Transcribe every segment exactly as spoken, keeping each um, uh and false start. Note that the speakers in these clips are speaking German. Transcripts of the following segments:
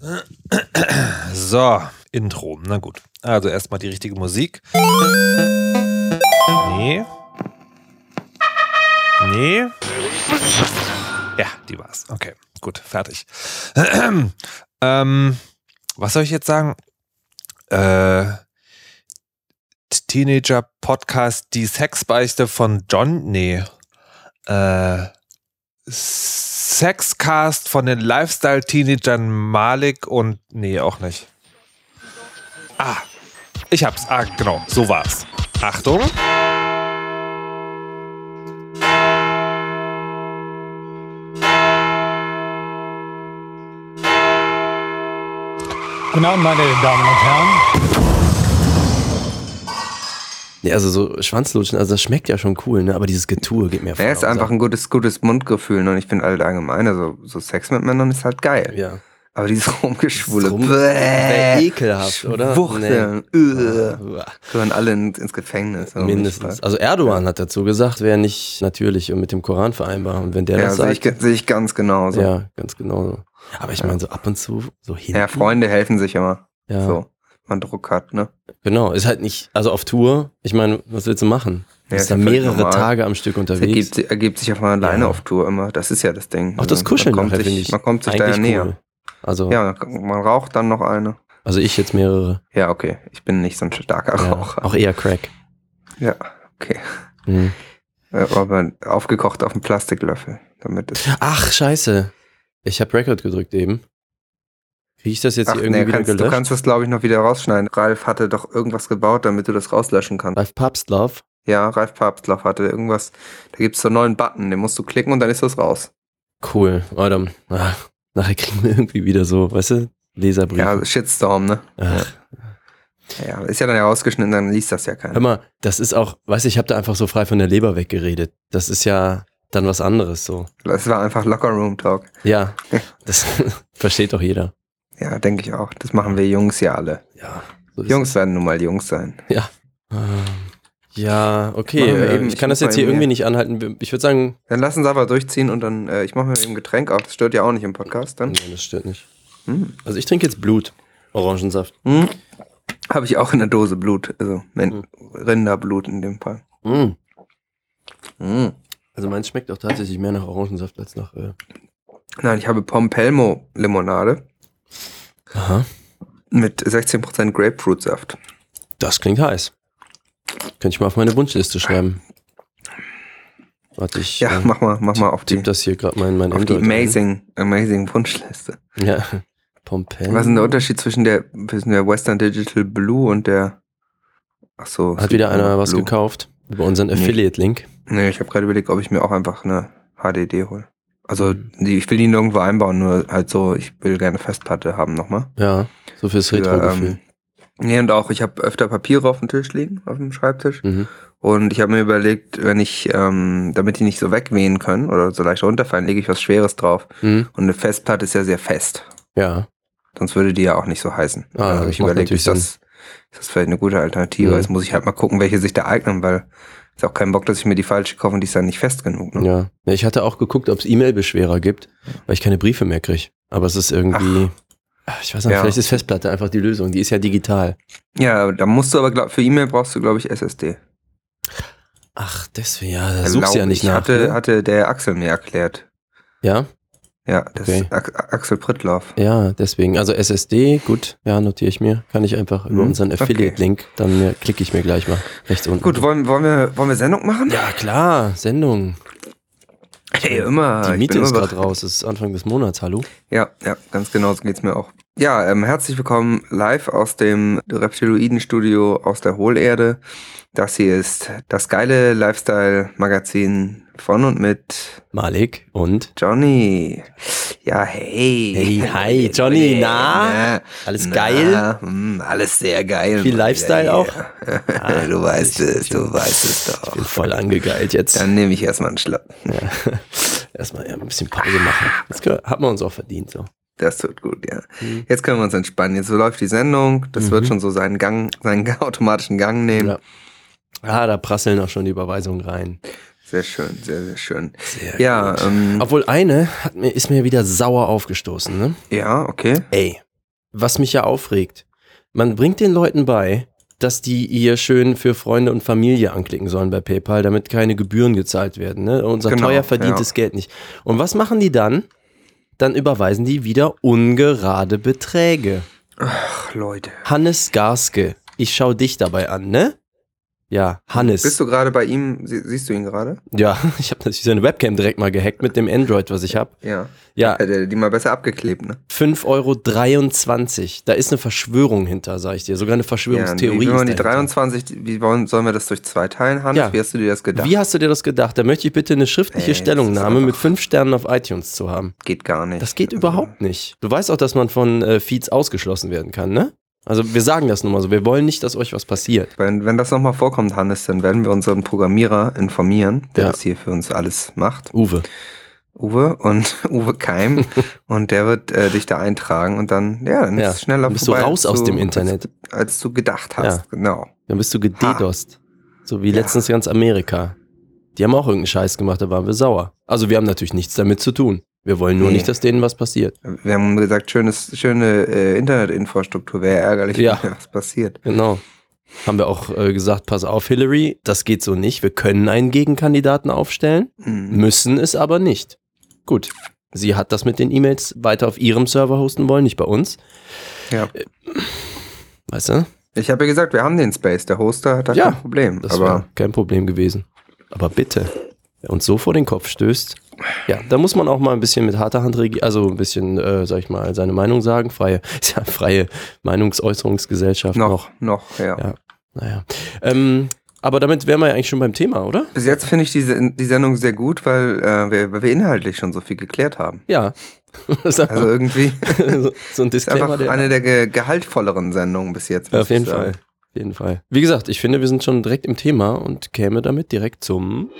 So, Intro. Na gut. Also erstmal die richtige Musik. Nee. Nee. Ja, die war's. Okay, gut, fertig. ähm, was soll ich jetzt sagen? Äh, Teenager-Podcast, die Sexbeichte von John? Nee. Äh, Sexcast von den Lifestyle-Teenagern Malik und... Nee, auch nicht. Ah, ich hab's. Ah, genau, so war's. Achtung. Guten Abend, meine Damen und Herren. Nee, also so Schwanzlutschen, also das schmeckt ja schon cool, ne? Aber dieses Getue geht mir voll Ja, ist einfach ein gutes, gutes Mundgefühl, ne? Und ich finde halt allgemein, also so Sex mit Männern ist halt geil. Ja. Aber dieses Rumgeschwule, Rum, wäre ekelhaft, oder? Wuchteln, Nee. uh, gehören alle in, ins Gefängnis. Mindestens. Also Erdogan ja. hat dazu gesagt, wäre nicht natürlich und mit dem Koran vereinbar. Und wenn der ja, das sehe sagt... ich, seh ich ganz genauso. Ja, ganz genauso. Aber ich ja. meine, so ab und zu, so hinten... Ja, Freunde helfen sich immer. Ja. So, wenn man Druck hat, ne? Genau, ist halt nicht... Also auf Tour, ich meine, was willst du machen? Du Ja, bist da mehrere normal. Tage am Stück unterwegs. Das ergibt, ergibt sich auch mal alleine Ja. auf Tour immer. Das ist ja das Ding. Auch das Kuscheln man kommt nachher, sich, finde ich Man kommt sich da ja eigentlich näher. cool. Also, Ja, man raucht dann noch eine. also ich jetzt mehrere. Ja, okay. Ich bin nicht so ein starker Ja, Raucher. auch eher Crack. Ja, okay. Mhm. Aber aufgekocht auf dem Plastiklöffel, damit es... Ach, scheiße. Ich habe Record gedrückt eben. Kriege ich das jetzt Ach, hier irgendwie nee, wieder kannst, gelöscht? du kannst das, glaube ich, noch wieder rausschneiden. Ralf hatte doch irgendwas gebaut, damit du das rauslöschen kannst. Ralf Papstlauf. Ja, Ralf Papstlauf hatte irgendwas. Da gibt es so einen neuen Button, den musst du klicken und dann ist das raus. Cool. Oh, dann, ach, nachher kriegen wir irgendwie wieder so, weißt du, Leserbriefe. Ja, Shitstorm, ne? Ach. Ja, ist ja dann ja rausgeschnitten, dann liest das ja keiner. Hör mal, das ist auch, weißt du, ich habe da einfach so frei von der Leber weggeredet. Das ist ja dann was anderes so. Das war einfach Locker-Room-Talk. Ja, das versteht doch jeder. Ja, denke ich auch. Das machen wir Jungs ja alle. Ja. So ist Jungs es. werden nun mal Jungs sein. Ja. Ähm, Ja, okay. Machen wir Äh, eben. ich Ich kann das muss jetzt mal hier eben irgendwie hier- nicht anhalten. Ich würde sagen, Dann lass uns aber durchziehen und dann, äh, ich mache mir eben ein Getränk auf. Das stört ja auch nicht im Podcast dann. nee, das stört nicht. Hm. Also ich trinke jetzt Blut. Orangensaft. Hm. Habe ich auch in der Dose Blut. Also Men- Rinderblut in dem Fall. Mm. Hm. Also meins schmeckt auch tatsächlich mehr nach Orangensaft als nach... Äh Nein, ich habe Pompelmo Limonade Aha. mit sechzehn Prozent Grapefruitsaft. Das klingt heiß. Könnte ich mal auf meine Wunschliste schreiben. Warte, ich Ja, äh, mach mal, mach mal auf die, tipp das hier gerade mein, mein auf die Android ein. amazing, amazing Wunschliste. Ja, Pompel. Was ist denn der Unterschied zwischen der, zwischen der Western Digital Blue und der... Ach so. Hat wieder einer was Blue. gekauft über unseren Nee. Affiliate-Link. Nee, ich habe gerade überlegt, ob ich mir auch einfach eine H D D hole. Also, Mhm. die, ich will die nirgendwo einbauen, nur halt so, ich will gerne Festplatte haben nochmal. Ja, so fürs Für, Retro-Gefühl. ähm, Nee, und auch, ich habe öfter Papiere auf dem Tisch liegen, auf dem Schreibtisch. Mhm. Und ich habe mir überlegt, wenn ich, ähm, damit die nicht so wegwehen können oder so leicht runterfallen, lege ich was Schweres drauf. Mhm. Und eine Festplatte ist ja sehr fest. Ja. Sonst würde die ja auch nicht so heißen. Ah, da habe das ich macht überlegt, natürlich ist das, ist das vielleicht eine gute Alternative? Mhm. Jetzt muss ich halt mal gucken, welche sich da eignen, weil ist auch kein Bock, dass ich mir die falsche kaufe und die ist dann nicht fest genug. Ne? Ja. Ja, ich hatte auch geguckt, ob es E-Mail-Beschwerer gibt, weil ich keine Briefe mehr kriege. Aber es ist irgendwie, Ach, ich weiß nicht, Ja. vielleicht ist Festplatte einfach die Lösung. Die ist ja digital. Ja, da musst du aber, glaub, für E-Mail brauchst du, glaube ich, S S D. Ach, deswegen, ja, da suchst du ja Glaub nicht ich, nach. Hatte, ne? hatte der Axel mir erklärt. Ja? Ja, das Okay. ist Ax- Axel Prittlauf. Ja, deswegen. Also S S D, gut, ja, notiere ich mir. Kann ich einfach über Mhm, unseren okay. Affiliate-Link, dann mir- klicke ich mir gleich mal rechts unten. Gut, wollen, wollen, wir, wollen wir Sendung machen? Ja, klar, Sendung. Hey, immer. Die ich Miete bin ist immer gerade bereit. raus, es ist Anfang des Monats, hallo? Ja, ja, ganz genau so geht's mir auch. Ja, ähm, herzlich willkommen live aus dem Reptiloiden-Studio aus der Hohlerde. Das hier ist das geile Lifestyle-Magazin von und mit Malik und Johnny. Ja, hey. Hey, hi, Johnny, na? Alles geil? Hm, alles sehr geil. Viel Lifestyle Ja, auch? ja. Du weißt es, du weißt es doch. bin voll angegeilt jetzt. Dann nehme ich erstmal einen Schluck. Ja. Erstmal ja, ein bisschen Pause machen. Das gehört- hat man uns auch verdient. So. Das tut gut, ja. Mhm. Jetzt können wir uns entspannen. Jetzt so läuft die Sendung. Das Mhm. wird schon so seinen Gang, seinen automatischen Gang nehmen. Ja. Ah, da prasseln auch schon die Überweisungen rein. Sehr schön, sehr, sehr schön. Sehr Ja, gut. ähm, Obwohl eine hat mir, ist mir wieder sauer aufgestoßen. Ne? ja, okay. Ey, was mich ja aufregt, man bringt den Leuten bei, dass die hier schön für Freunde und Familie anklicken sollen bei PayPal, damit keine Gebühren gezahlt werden. Ne? Unser Genau, teuer verdientes ja. Geld nicht. Und was machen die dann? Dann überweisen die wieder ungerade Beträge. Ach, Leute. Hannes Garske, ich schau dich dabei an, ne? Ja, Hannes. Bist du gerade bei ihm? Sie, siehst du ihn gerade? Ja, ich habe natürlich seine Webcam direkt mal gehackt mit dem Android, was ich habe. Ja. Ja, Hätte er die mal besser abgeklebt, ne? fünf Euro dreiundzwanzig. Da ist eine Verschwörung hinter, sag ich dir. Sogar eine Ja, Verschwörungstheorie. wie, wie wollen die ist dahinter. dreiundzwanzig, wie wollen, sollen wir das durch zwei teilen, Hans? Ja. Wie hast du dir das gedacht? Wie hast du dir das gedacht? Da möchte ich bitte eine schriftliche Ey, das Stellungnahme ist mit einfach- fünf Sternen auf iTunes zu haben. Geht gar nicht. Das geht Also, überhaupt nicht. Du weißt auch, dass man von äh, Feeds ausgeschlossen werden kann, ne? Also wir sagen das nun mal so. Wir wollen nicht, dass euch was passiert. Wenn, wenn das nochmal vorkommt, Hannes, dann werden wir unseren Programmierer informieren, der Ja. das hier für uns alles macht. Uwe. Uwe und Uwe Keim. Und der wird äh, dich da eintragen und dann, ja, dann Ja, ist es schneller dann bist du vorbei, raus als aus du, dem Internet. Als, als du gedacht hast. Ja. Genau. Dann bist du gededost. So wie Ja. letztens ganz Amerika. Die haben auch irgendeinen Scheiß gemacht, da waren wir sauer. Also wir haben natürlich nichts damit zu tun. Wir wollen nur Nee. nicht, dass denen was passiert. Wir haben gesagt, schönes, schöne äh, Internetinfrastruktur, wäre ärgerlich, Ja. wenn was passiert. Genau. Haben wir auch äh, gesagt, pass auf, Hillary, das geht so nicht. Wir können einen Gegenkandidaten aufstellen, Mhm. müssen es aber nicht. Gut. Sie hat das mit den E-Mails weiter auf ihrem Server hosten wollen, nicht bei uns. Ja. Weißt du? Ich habe ja gesagt, wir haben den Space. Der Hoster hat da Ja, kein Problem. Das Aber wäre kein Problem gewesen. Aber bitte, wer uns so vor den Kopf stößt, ja, da muss man auch mal ein bisschen mit harter Hand regieren, also ein bisschen, äh, sag ich mal, seine Meinung sagen. Freie, ist ja freie Meinungsäußerungsgesellschaft noch. noch, noch, ja. Ja. Naja. Ähm, aber damit wären wir ja eigentlich schon beim Thema, oder? Bis jetzt finde ich diese, die Sendung sehr gut, weil, äh, wir, weil wir inhaltlich schon so viel geklärt haben. Ja. Das ist Also irgendwie so, so ein ist Disclaimer. einfach Der, eine der ge gehaltvolleren Sendungen bis jetzt. ja, muss auf jeden ich sagen. Fall. Auf jeden Fall. Wie gesagt, ich finde, wir sind schon direkt im Thema und käme damit direkt zum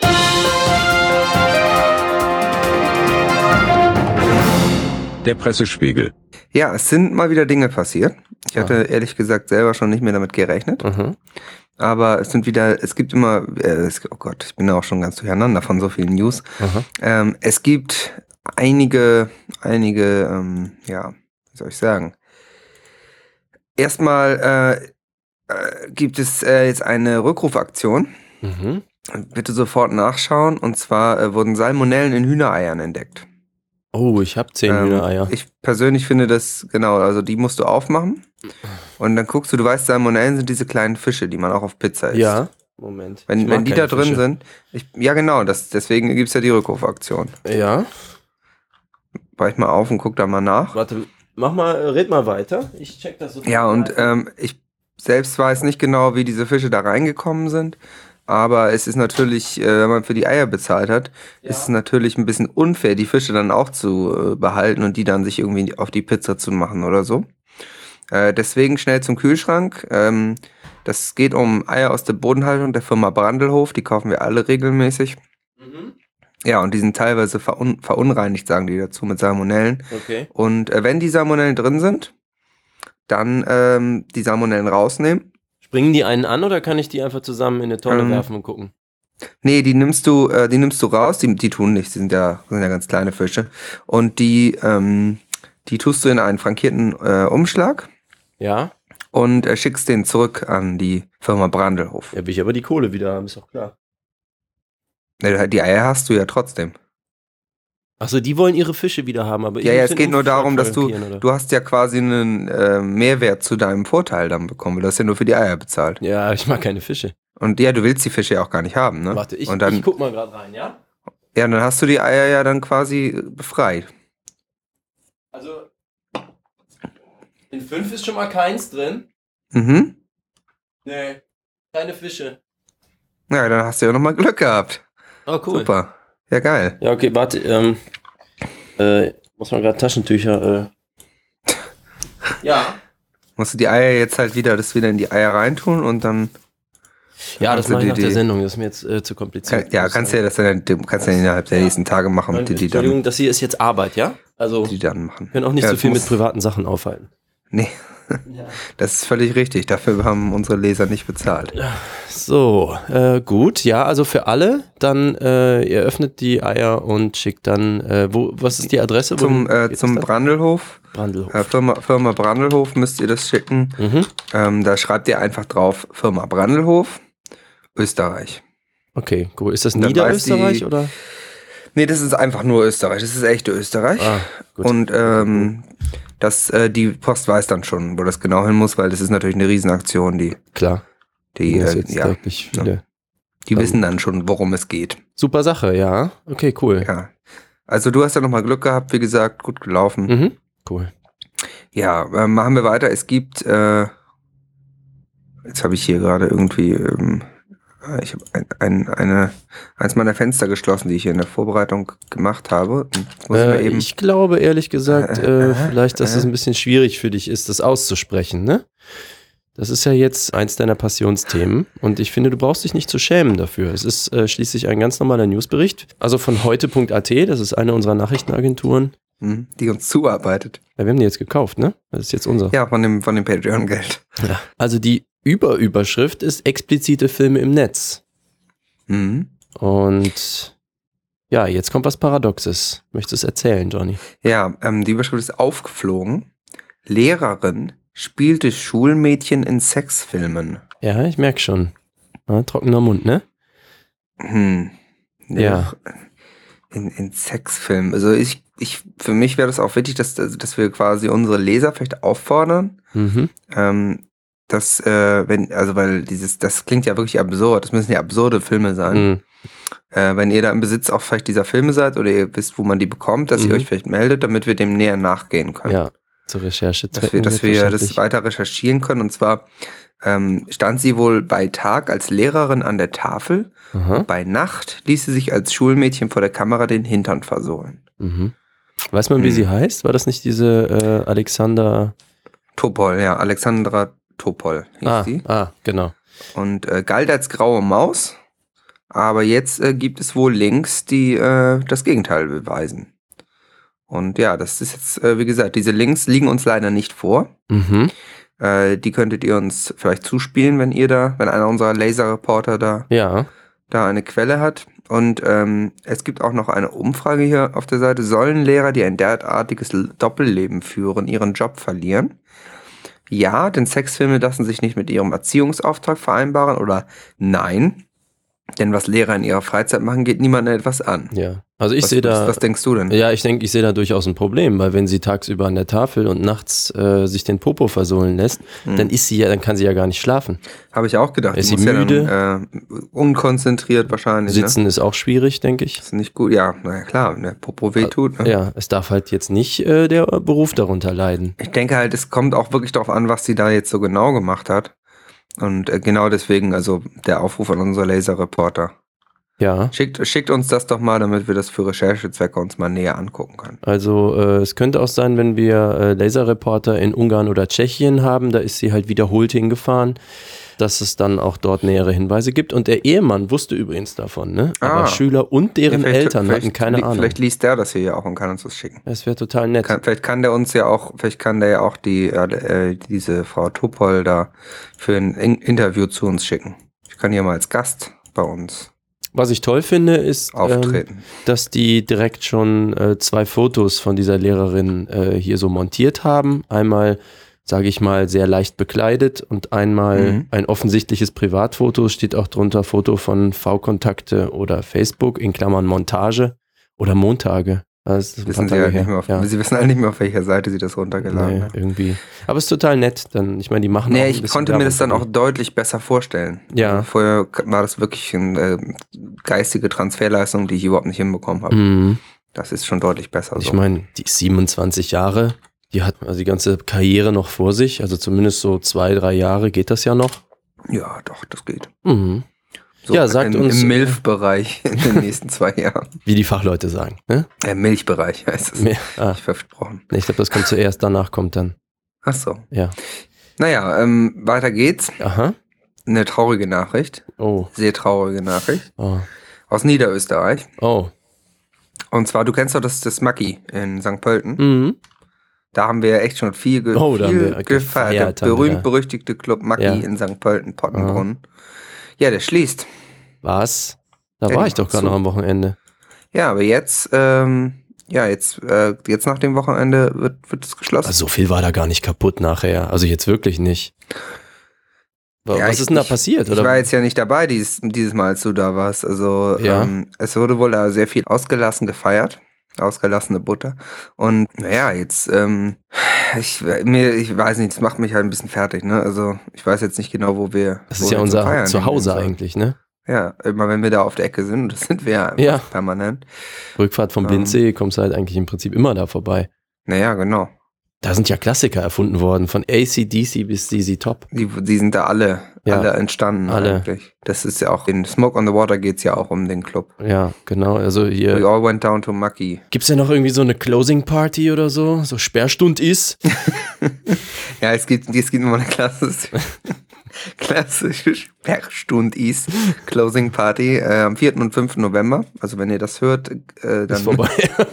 Der Pressespiegel. Ja, es sind mal wieder Dinge passiert. Ich hatte ehrlich gesagt selber schon nicht mehr damit gerechnet. Mhm. Aber es sind wieder, es gibt immer, äh, es, oh Gott, ich bin da auch schon ganz durcheinander von so vielen News. Aha. Ähm, es gibt einige, einige, ähm, ja, wie soll ich sagen? Erstmal äh, äh, gibt es äh, jetzt eine Rückrufaktion. Mhm. Bitte sofort nachschauen. Und zwar äh, wurden Salmonellen in Hühnereiern entdeckt. Oh, ich habe zehn Ähm, Hühnereier. Ich persönlich finde das, genau, also die musst du aufmachen. Und dann guckst du, du weißt, Salmonellen sind diese kleinen Fische, die man auch auf Pizza isst. Ja. Moment. Wenn, Ich mag wenn die keine da drin Fische. sind, ich, ja genau, das, deswegen gibt's ja die Rückrufaktion. Ja. Weich mal auf und guck da mal nach. Warte, mach mal, red mal weiter. Ich check das so. Ja, und ähm, ich selbst weiß nicht genau, wie diese Fische da reingekommen sind. Aber es ist natürlich, äh, wenn man für die Eier bezahlt hat, Ja. ist es natürlich ein bisschen unfair, die Fische dann auch zu äh, behalten und die dann sich irgendwie auf die Pizza zu machen oder so. Äh, deswegen schnell zum Kühlschrank. Ähm, das geht um Eier aus der Bodenhaltung der Firma Brandelhof. Die kaufen wir alle regelmäßig. Mhm. Ja, und die sind teilweise verun verunreinigt, sagen die dazu, mit Salmonellen. Okay. Und äh, wenn die Salmonellen drin sind, dann ähm, die Salmonellen rausnehmen. Springen die einen an oder kann ich die einfach zusammen in eine Tonne Ähm, werfen und gucken? Nee, die nimmst du, äh, die nimmst du raus, die, die tun nichts, die sind ja, sind ja ganz kleine Fische. Und die, ähm, die tust du in einen frankierten äh, Umschlag Ja. und äh, schickst den zurück an die Firma Brandelhof. Ja, will ich aber die Kohle wieder haben, ist doch klar. Äh, Die Eier hast du ja trotzdem. Achso, die wollen ihre Fische wieder haben, aber Ja, ich ja, muss es den geht nur Umschlag darum, dass du, frankieren, oder? du hast ja quasi einen äh, Mehrwert zu deinem Vorteil dann bekommen, weil du hast ja nur für die Eier bezahlt. Ja, ich mag keine Fische. Und ja, du willst die Fische ja auch gar nicht haben, ne? Warte, ich, und dann, ich guck mal gerade rein, ja? ja, dann hast du die Eier ja dann quasi befreit. Also, in fünf ist schon mal keins drin. Mhm. Nee, keine Fische. Ja, dann hast du ja nochmal Glück gehabt. Oh, cool. Super. Ja, geil. Ja, okay, warte, ähm, äh, muss man gerade Taschentücher, äh. Ja. Musst du die Eier jetzt halt wieder, das wieder in die Eier reintun und dann, Ja, das Kannst du mache ich die- nach der die- Sendung, das ist mir jetzt äh, zu kompliziert. kann, ja, kannst du ja das dann, kannst du ja innerhalb der nächsten Tage machen und die, die Entschuldigung, dann, das hier ist jetzt Arbeit, ja? Also, die dann machen. können auch nicht Ja, so das viel muss- mit privaten Sachen aufhalten. Nee, Das ist völlig richtig. Dafür haben unsere Leser nicht bezahlt. So, äh, gut. Ja, also für alle, dann äh, ihr öffnet die Eier und schickt dann, äh, wo, was ist die Adresse? Zum, Wohin äh, geht zum das dann? Brandelhof. Brandelhof. Äh, Firma, Firma Brandelhof müsst ihr das schicken. Mhm. Ähm, da schreibt ihr einfach drauf Firma Brandelhof, Österreich. Okay, cool. Ist das Und dann Niederösterreich weiß die- oder? Nee, das ist einfach nur Österreich. Das ist echte Österreich. Ah, gut. Und ähm, das, äh, die Post weiß dann schon, wo das genau hin muss, weil das ist natürlich eine Riesenaktion. Die, Klar. die, Das ist äh, jetzt ja, wirklich viele. die wissen dann schon, worum es geht. Super Sache, ja. Okay, cool. Ja. Also du hast ja nochmal Glück gehabt, wie gesagt, gut gelaufen. Mhm. Cool. Ja, äh, machen wir weiter. Es gibt, äh, jetzt habe ich hier gerade irgendwie, ähm, ich habe ein, ein, eine, eins meiner Fenster geschlossen, die ich hier in der Vorbereitung gemacht habe. Und jetzt muss ich mal Äh, eben, ich glaube ehrlich gesagt, Äh, äh, äh, vielleicht, dass äh. es ein bisschen schwierig für dich ist, das auszusprechen, ne? Das ist ja jetzt eins deiner Passionsthemen und ich finde, du brauchst dich nicht zu schämen dafür. Es ist äh, schließlich ein ganz normaler Newsbericht, also von heute punkt a t, das ist eine unserer Nachrichtenagenturen. hm, die uns zuarbeitet. Ja, wir haben die jetzt gekauft, ne? Das ist jetzt unser. Ja, von dem, von dem Patreon-Geld. Ja. Also die Überüberschrift ist explizite Filme im Netz. Mhm. Und ja, jetzt kommt was Paradoxes. Möchtest du es erzählen, Johnny? Ja, ähm, die Überschrift ist aufgeflogen. Lehrerin spielte Schulmädchen in Sexfilmen. Ja, ich merke schon. Ja, trockener Mund, ne? Hm. Ja. In, in Sexfilmen. Also ich, ich, für mich wäre das auch wichtig, dass, dass wir quasi unsere Leser vielleicht auffordern, Mhm. ähm, dass, äh, wenn, also weil dieses, das klingt ja wirklich absurd, das müssen ja absurde Filme sein. Mhm. Äh, wenn ihr da im Besitz auch vielleicht dieser Filme seid oder ihr wisst, wo man die bekommt, dass Mhm. ihr euch vielleicht meldet, damit wir dem näher nachgehen können. Ja, zur Recherche. Dass wir, dass wir das weiter recherchieren können. Und zwar ähm, stand sie wohl bei Tag als Lehrerin an der Tafel. Aha. Bei Nacht ließ sie sich als Schulmädchen vor der Kamera den Hintern versohlen. Mhm. Weiß man, wie Hm. sie heißt? War das nicht diese äh, Alexander? Topol, ja, Alexandra Topol hieß Ah, die. ah, genau. Und äh, galt als graue Maus. Aber jetzt äh, gibt es wohl Links, die äh, das Gegenteil beweisen. Und ja, das ist jetzt, äh, wie gesagt, diese Links liegen uns leider nicht vor. Mhm. Äh, die könntet ihr uns vielleicht zuspielen, wenn ihr da, wenn einer unserer Laser-Reporter da, Ja. da eine Quelle hat. Und ähm, es gibt auch noch eine Umfrage hier auf der Seite. Sollen Lehrer, die ein derartiges L- Doppelleben führen, ihren Job verlieren? Ja, denn Sexfilme lassen sich nicht mit ihrem Erziehungsauftrag vereinbaren. Oder nein, denn was Lehrer in ihrer Freizeit machen, geht niemandem etwas an. Ja. Also ich was, sehe da. was, was denkst du denn? Ja, ich denke, ich sehe da durchaus ein Problem, weil wenn sie tagsüber an der Tafel und nachts äh, sich den Popo versohlen lässt, Hm. dann ist sie ja, dann kann sie ja gar nicht schlafen. Habe ich auch gedacht. Ist Die sie muss müde? Ja dann, äh, unkonzentriert wahrscheinlich. Sitzen ist auch schwierig, denke ich. Ne? Ist nicht gut. Ja, na ja, klar, wenn der Popo wehtut. Ne? Ja, es darf halt jetzt nicht äh, der Beruf darunter leiden. Ich denke halt, es kommt auch wirklich darauf an, was sie da jetzt so genau gemacht hat. Und äh, genau deswegen, also der Aufruf an unsere Laser-Reporter. Ja, Schickt, schickt uns das doch mal, damit wir das für Recherchezwecke uns mal näher angucken können. also äh, es könnte auch sein, wenn wir äh, Laserreporter in Ungarn oder Tschechien haben, da ist sie halt wiederholt hingefahren, dass es dann auch dort nähere Hinweise gibt. Und der Ehemann wusste übrigens davon, ne? Aber Ah. Schüler und deren Ja, vielleicht- Eltern vielleicht hatten keine li- Ahnung. Vielleicht liest der das hier ja auch und kann uns das schicken. Das wäre total nett. Kann, vielleicht kann der uns ja auch, vielleicht kann der ja auch die, äh, diese Frau Topol da für ein In Interview zu uns schicken. Ich kann hier mal als Gast bei uns Was ich toll finde, ist, ähm, auftreten. dass die direkt schon äh, zwei Fotos von dieser Lehrerin äh, hier so montiert haben. Einmal, sage ich mal, sehr leicht bekleidet und einmal Mhm. ein offensichtliches Privatfoto, steht auch drunter Foto von V-Kontakte oder Facebook, in Klammern Montage oder Montage. Das ist ein Wissen paar sie, Tage halt nicht her. mehr auf, Ja. sie wissen halt nicht mehr, auf welcher Seite sie das runtergeladen Nee, haben. irgendwie. Aber es ist total nett. Dann, ich meine, die machen auch Nee, ein ich bisschen konnte mir das dann Werbung auch deutlich besser vorstellen. Ja. Also vorher war das wirklich eine äh, geistige Transferleistung, die ich überhaupt nicht hinbekommen habe. für die. Mhm. Das ist schon deutlich besser Ich so. meine, die ist siebenundzwanzig Jahre, die hat also die ganze Karriere noch vor sich, also zumindest so zwei, drei Jahre geht das ja noch. Ja, doch, das geht. Mhm. So Ja, sagt im, uns- Im Milf-Bereich in den nächsten zwei Jahren. Wie die Fachleute sagen. Ne? Äh, Milchbereich heißt es. Mehr, ah, Ich versprochen. ich glaube, das kommt zuerst, danach kommt dann. Ach so. Ja. Naja, ähm, weiter geht's. Aha. Eine traurige Nachricht. Oh. Sehr traurige Nachricht. Oh. Aus Niederösterreich. Oh. Und zwar, du kennst doch das, das Macki in Sankt Pölten. Mhm. Da haben wir echt schon viel, ge Oh, da haben viel wir gefeiert. gefeiert, Der haben wir da. berühmt-berüchtigte Club Mackie Ja. in Sankt Pölten, Pottenbrunn. Ja, der schließt. Was? Da Ja, war die ich doch machen gerade zu. noch am Wochenende. Ja, aber jetzt, ähm, ja, jetzt, äh, jetzt nach dem Wochenende wird, wird es geschlossen. Also so viel war da gar nicht kaputt nachher. Also jetzt wirklich nicht. Wa- Ja, Was ich- ist denn da ich- passiert? Ich Oder? war jetzt ja nicht dabei dieses, dieses Mal, als du da warst. Also Ja. ähm, es wurde wohl da sehr viel ausgelassen gefeiert. Ausgelassene Butter. Und naja, jetzt, ähm, ich, mir, ich weiß nicht, das macht mich halt ein bisschen fertig, ne? Also ich weiß jetzt nicht genau, wo wir. Das wo ist ja wir zum unser Feiern Zuhause hingehen sollen. eigentlich, ne? Ja, immer wenn wir da auf der Ecke sind, und das sind wir ja, einfach Ja. permanent. Rückfahrt vom Ähm. Blindsee kommst du halt eigentlich im Prinzip immer da vorbei. Naja, genau. Da sind ja Klassiker erfunden worden, von A C D C bis Z Z Top. Die, die sind da alle, Ja, alle entstanden alle. eigentlich. Das ist ja auch, in Smoke on the Water geht's ja auch um den Club. Ja, genau. Also We hier all went down to Mackie. gibt's ja noch irgendwie so eine Closing Party oder so, so Sperrstund ist. Ja, es gibt, es gibt immer eine klassische, klassische Sperrstund-Is Closing Party äh, am vierten und fünften November. Also wenn ihr das hört, äh, dann Ist vorbei.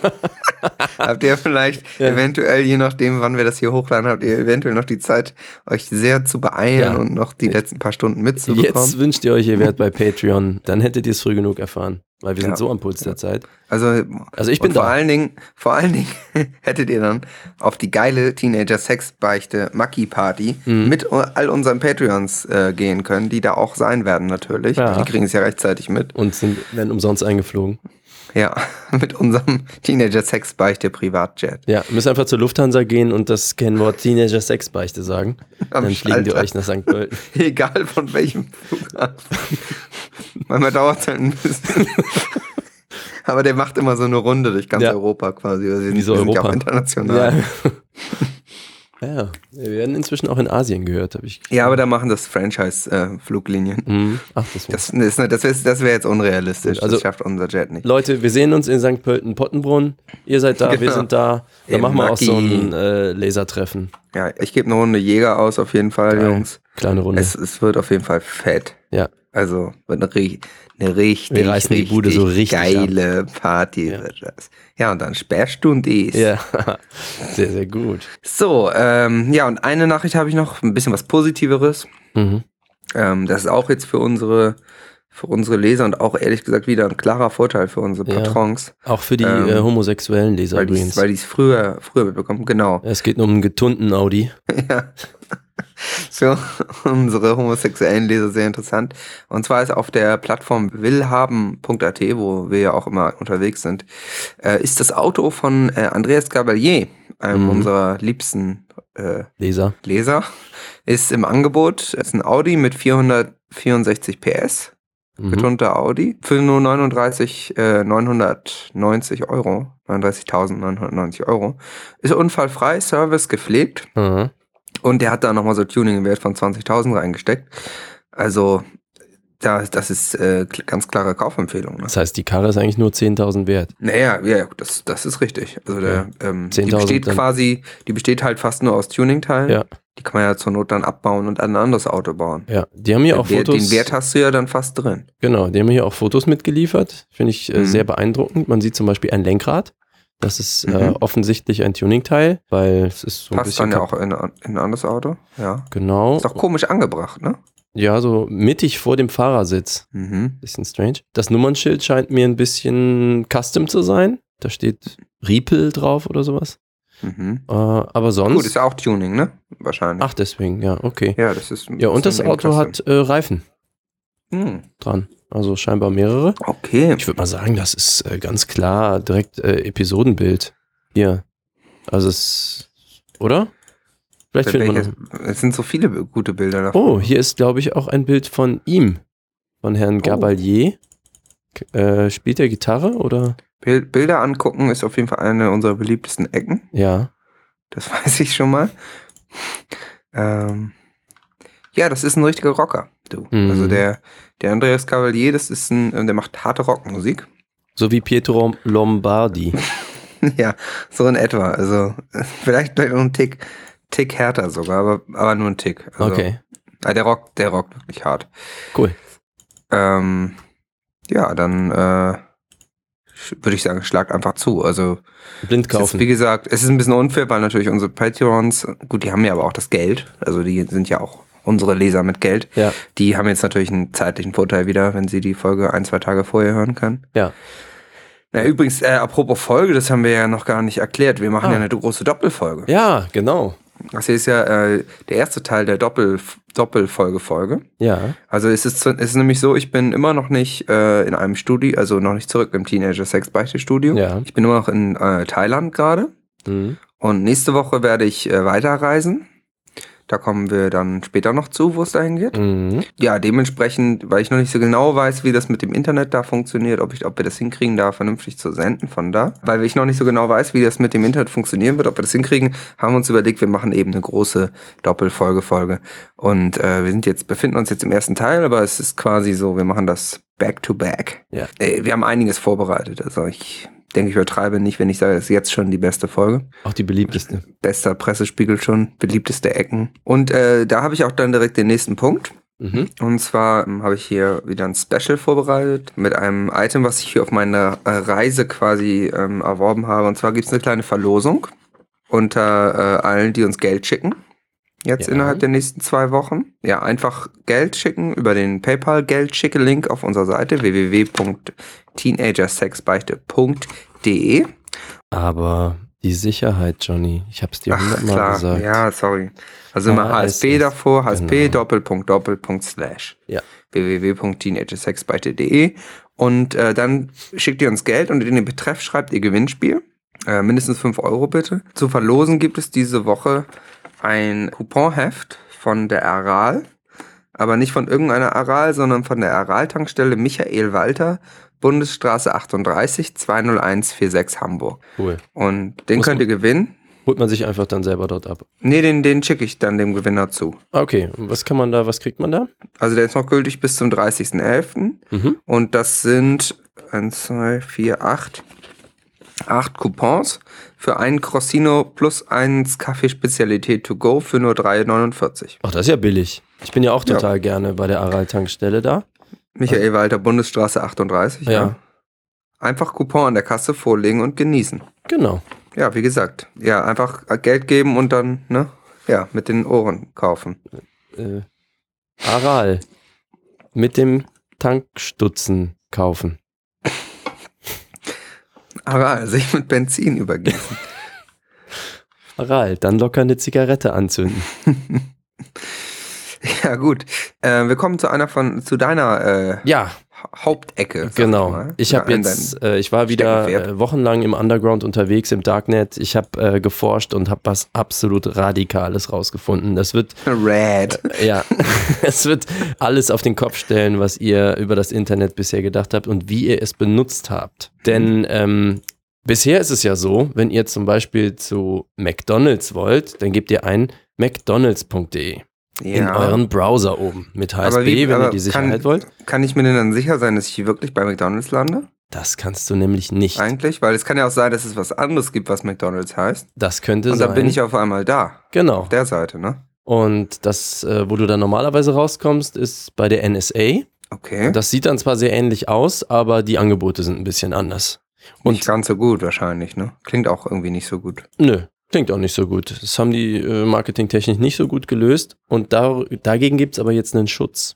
habt ihr vielleicht Ja. eventuell, je nachdem, wann wir das hier hochladen, habt ihr eventuell noch die Zeit, euch sehr zu beeilen Ja. und noch die letzten paar Stunden mitzubekommen. Jetzt wünscht ihr euch, ihr wärt bei Patreon. Dann hättet ihr es früh genug erfahren. Weil wir Ja. sind so am Puls der Zeit. Also, Also ich bin und vor da. allen Dingen, vor allen Dingen hättet ihr dann auf die geile Teenager-Sex-Beichte Mackie-Party Mhm. mit all unseren Patreons äh, gehen können, die da auch sein werden natürlich. Ja. Die kriegen es ja rechtzeitig mit. Und sind, werden umsonst eingeflogen. Ja, mit unserem Teenager-Sex-Beichte-Privatjet. Ja, müsst einfach zur Lufthansa gehen und das Kennwort Teenager Sexbeichte sagen. Am Dann fliegen die Schalter. euch nach Sankt Pölten. Egal von welchem Flughafen. Manchmal dauert es halt ein bisschen. Aber der macht immer so eine Runde durch ganz Ja. Europa quasi. Wir sind, Wieso wir sind ja Europa? auch international. Ja. Ja, wir werden inzwischen auch in Asien gehört, habe ich. Ja, aber da machen das Franchise-Fluglinien. Mhm. Ach, das, Das, das, das wäre das wär jetzt unrealistisch. Gut, also- das schafft unser Jet nicht. Leute, wir sehen uns in Sankt Pölten-Pottenbrunn. Ihr seid da, wir Genau. sind da. Dann Im machen wir auch so ein Mackie. äh, Lasertreffen. Ja, ich gebe eine Runde Jäger aus, auf jeden Fall, Geil. Jungs. Kleine Runde. Es, es wird auf jeden Fall fett. Ja. Also wird eine, ri- eine richtig, Wir reißen die Bude so richtig geile Party Ja. wird das. Ja, und dann Sperrstunde ist. Ja, sehr, sehr gut. So, ähm, ja, und eine Nachricht habe ich noch, ein bisschen was Positiveres. Mhm. Ähm, das ist auch jetzt für unsere, für unsere Leser und auch ehrlich gesagt wieder ein klarer Vorteil für unsere Ja. Patrons. Auch für die Ähm, äh, homosexuellen Leser Weil die übrigens. weil es früher, früher mitbekommen, genau. Es geht um einen getunten Audi. Ja. Für unsere homosexuellen Leser sehr interessant. Und zwar ist auf der Plattform willhaben punkt at, wo wir ja auch immer unterwegs sind, äh, ist das Auto von äh, Andreas Gabalier, einem Mhm. unserer liebsten äh, Leser. Leser, ist im Angebot. Es ist ein Audi mit vierhundertvierundsechzig P S, Mhm. betonter Audi, für nur neununddreißig, äh, neunhundertneunzig Euro, neununddreißigtausendneunhundertneunzig Euro. Ist unfallfrei, Service gepflegt. Mhm. Und der hat da nochmal so Tuning im Wert von zwanzigtausend reingesteckt. Also, da, das ist äh, kl- ganz klare Kaufempfehlung. Ne? Das heißt, die Karre ist eigentlich nur zehntausend wert. Naja, ja, das, das ist richtig. Also, der, ähm, die zehntausend besteht dann- quasi, die besteht halt fast nur aus Tuning-Teilen. Ja. Die kann man ja zur Not dann abbauen und an ein anderes Auto bauen. Ja, die haben hier auch den, Wert- Fotos. den Wert hast du ja dann fast drin. Genau, die haben hier auch Fotos mitgeliefert. Finde ich äh, Mhm. sehr beeindruckend. Man sieht zum Beispiel ein Lenkrad. Das ist äh, Mhm. offensichtlich ein Tuning-Teil, weil es ist so ein Passt bisschen dann ja kap- auch in, in ein anderes Auto. Ja. Genau. Ist auch komisch angebracht, ne? Ja, so mittig vor dem Fahrersitz. Mhm. Bisschen strange. Das Nummernschild scheint mir ein bisschen custom zu sein. Da steht Riepel drauf oder sowas. Mhm. Äh, aber sonst. Gut, ist ja auch Tuning, ne? Wahrscheinlich. Ach, deswegen, ja, okay. Ja, das ist. Ja, und das ist Auto hat äh, Reifen Hm. dran. Also scheinbar mehrere. Okay. Ich würde mal sagen, das ist äh, ganz klar direkt äh, Episodenbild. Hier. Also es. Oder? Vielleicht finden wir noch. Welches- Es sind so viele b- gute Bilder davon. Oh, hier ist, glaube ich, auch ein Bild von ihm. Von Herrn Oh. Gabalier. K- Äh, spielt er Gitarre oder? Bild, Bilder angucken ist auf jeden Fall eine unserer beliebtesten Ecken. Ja. Das weiß ich schon mal. Ähm, ja, das ist ein richtiger Rocker, du. Mhm. Also der, der Andreas Cavalier, das ist ein, der macht harte Rockmusik. So wie Pietro Lombardi. Ja, so in etwa. Also vielleicht vielleicht noch ein Tick, Tick härter sogar, aber, aber nur ein Tick. Also, Okay, äh, der rockt, der rockt wirklich hart. cool. Ähm, ja, dann äh, würde ich sagen, schlagt einfach zu. Also Blind es ist, kaufen. wie gesagt, es ist ein bisschen unfair, weil natürlich unsere Patreons, gut, die haben ja aber auch das Geld, also die sind ja auch unsere Leser mit Geld. Ja. Die haben jetzt natürlich einen zeitlichen Vorteil wieder, wenn sie die Folge ein, zwei Tage vorher hören können. Ja. Na, übrigens, äh, apropos Folge, das haben wir ja noch gar nicht erklärt. Wir machen Ah. ja eine große Doppelfolge. Ja, genau. Das hier ist ja äh, der erste Teil der Doppel Doppelfolge-Folge. Ja. Also es ist, es ist nämlich so, ich bin immer noch nicht äh, in einem Studio, also noch nicht zurück im Teenager-Sex-Beichte-Studio. Ja. Ich bin immer noch in äh, Thailand gerade. Mhm. Und nächste Woche werde ich äh, weiterreisen. Da kommen wir dann später noch zu, wo es dahin geht. Mhm. Ja, dementsprechend, weil ich noch nicht so genau weiß, wie das mit dem Internet da funktioniert, ob, ich, ob wir das hinkriegen, da vernünftig zu senden von da. Weil ich noch nicht so genau weiß, wie das mit dem Internet funktionieren wird, ob wir das hinkriegen, haben wir uns überlegt, wir machen eben eine große Doppelfolge-Folge. Und äh, wir sind jetzt, befinden uns jetzt im ersten Teil, aber es ist quasi so, wir machen das back-to-back. Ja. Äh, wir haben einiges vorbereitet, also ich denke, ich übertreibe nicht, wenn ich sage, es ist jetzt schon die beste Folge. Auch die beliebteste. Bester Pressespiegel schon, beliebteste Ecken. Und äh, da habe ich auch dann direkt den nächsten Punkt. Mhm. Und zwar ähm, habe ich hier wieder ein Special vorbereitet mit einem Item, was ich hier auf meiner äh, Reise quasi ähm, erworben habe. Und zwar gibt es eine kleine Verlosung unter äh, allen, die uns Geld schicken. Jetzt Ja. innerhalb der nächsten zwei Wochen. Ja, einfach Geld schicken über den PayPal-Geldschicke-Link auf unserer Seite w w w punkt teenagersexbeichte punkt de. Aber die Sicherheit, Johnny, ich hab's dir Ach hundertmal klar, gesagt. ja, sorry. Also immer Ah, H S P es ist- davor, H S P genau. Doppelpunkt Doppelpunkt Slash. Ja. w w w punkt teenagersexbeichte punkt de und äh, dann schickt ihr uns Geld und in den Betreff schreibt ihr Gewinnspiel. Äh, mindestens fünf Euro bitte. Zu verlosen gibt es diese Woche ein Couponheft von der Aral, aber nicht von irgendeiner Aral, sondern von der Aral-Tankstelle Michael Walter, Bundesstraße achtunddreißig, zwei null eins vier sechs Hamburg. Cool. Und den Muss könnt ihr gewinnen. Holt man sich einfach dann selber dort ab. Nee, den, den schicke ich dann dem Gewinner zu. Okay, und was kann man da, was kriegt man da? Also der ist noch gültig bis zum dreißigsten elften Mhm. Und das sind eins, zwei, vier, acht acht Coupons für einen Crossino plus eins Kaffeespezialität to go für nur drei neunundvierzig. Ach, das ist ja billig. Ich bin ja auch Ja. total gerne bei der Aral-Tankstelle da. Michael Walter, Bundesstraße achtunddreißig. Ja. Ja. Einfach Coupon an der Kasse vorlegen und genießen. Genau. Ja, wie gesagt. Ja, einfach Geld geben und dann, ne? Ja, mit den Ohren kaufen. Äh, Aral. Mit dem Tankstutzen kaufen. Aber sich mit Benzin übergießen. Aral, dann locker eine Zigarette anzünden. Ja, gut. Äh, wir kommen zu einer von, zu deiner äh, Ja, Ha- Hauptecke. sag genau. mal. Ich habe An jetzt, äh, ich war wieder Steckenpferd. äh, wochenlang im Underground unterwegs, im Darknet. Ich habe äh, geforscht und habe was absolut Radikales rausgefunden. Das wird, deinem Red. ja, es wird alles auf den Kopf stellen, was ihr über das Internet bisher gedacht habt und wie ihr es benutzt habt. Denn ähm, bisher ist es ja so, wenn ihr zum Beispiel zu McDonald's wollt, dann gebt ihr ein mcdonalds punkt de in euren Browser oben mit H S Aber B, wie- wenn aber ihr die Sicherheit kann, wollt. Kann ich mir denn dann sicher sein, dass ich wirklich bei McDonald's lande? Das kannst du nämlich nicht. Eigentlich? Weil es kann ja auch sein, dass es was anderes gibt, was McDonald's heißt. Das könnte Und sein. dann bin ich auf einmal da. genau. Auf der Seite, ne? Und das, äh, wo du dann normalerweise rauskommst, ist bei der N S A. Okay. Das sieht dann zwar sehr ähnlich aus, aber die Angebote sind ein bisschen anders. Und nicht ganz so gut wahrscheinlich, ne? Klingt auch irgendwie nicht so gut. nö, klingt auch nicht so gut. Das haben die äh, marketingtechnisch nicht so gut gelöst. Und da, dagegen gibt es aber jetzt einen Schutz.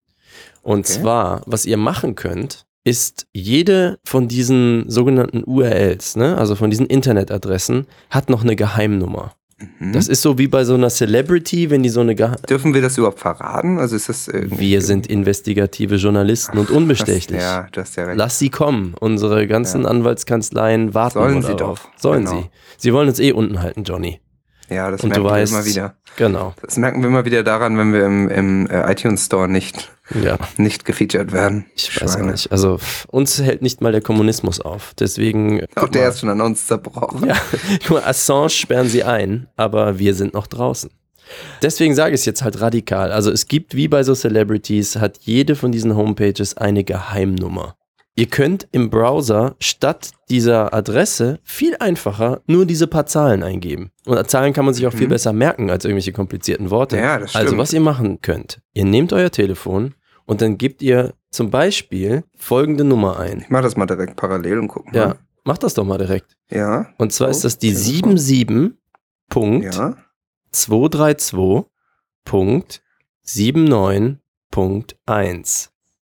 Und Okay. zwar, was ihr machen könnt, ist jede von diesen sogenannten U R Ls, ne, also von diesen Internetadressen, hat noch eine Geheimnummer. Mhm. Das ist so wie bei so einer Celebrity, wenn die so eine Geheim Dürfen wir das überhaupt verraten? Also ist das irgendwie... Wir sind investigative Journalisten und unbestechlich. Das, ja, du hast ja recht. Lass sie kommen. Unsere ganzen Ja. Anwaltskanzleien warten Sollen nur sie darauf. doch. Sollen Genau. sie. Sie wollen uns eh unten halten, Johnny. Ja, das Und du merken weißt- wir immer wieder. Genau. Das merken wir immer wieder daran, wenn wir im, im äh, iTunes Store nicht, Ja, nicht gefeatured werden. ich weiß auch Schweine. nicht. Also f- uns hält nicht mal der Kommunismus auf. Deswegen. Auch guck der mal. ist schon an uns zerbrochen. Ja, guck mal, Assange sperren sie ein, aber wir sind noch draußen. Deswegen sage ich es jetzt halt radikal. Also es gibt, wie bei so Celebrities, hat jede von diesen Homepages eine Geheimnummer. Ihr könnt im Browser statt dieser Adresse viel einfacher nur diese paar Zahlen eingeben. Und Zahlen kann man sich auch viel Mhm. besser merken als irgendwelche komplizierten Worte. Ja, das Also stimmt. was ihr machen könnt, ihr nehmt euer Telefon und dann gebt ihr zum Beispiel folgende Nummer ein. Ich mach das mal direkt parallel und guck mal. Ja, mach das doch mal direkt. Ja. Und zwar So, ist das die Telefon. siebenundsiebzig Punkt Ja. zweihundertdreiunddreißig Punkt neunundsiebzig Punkt eins.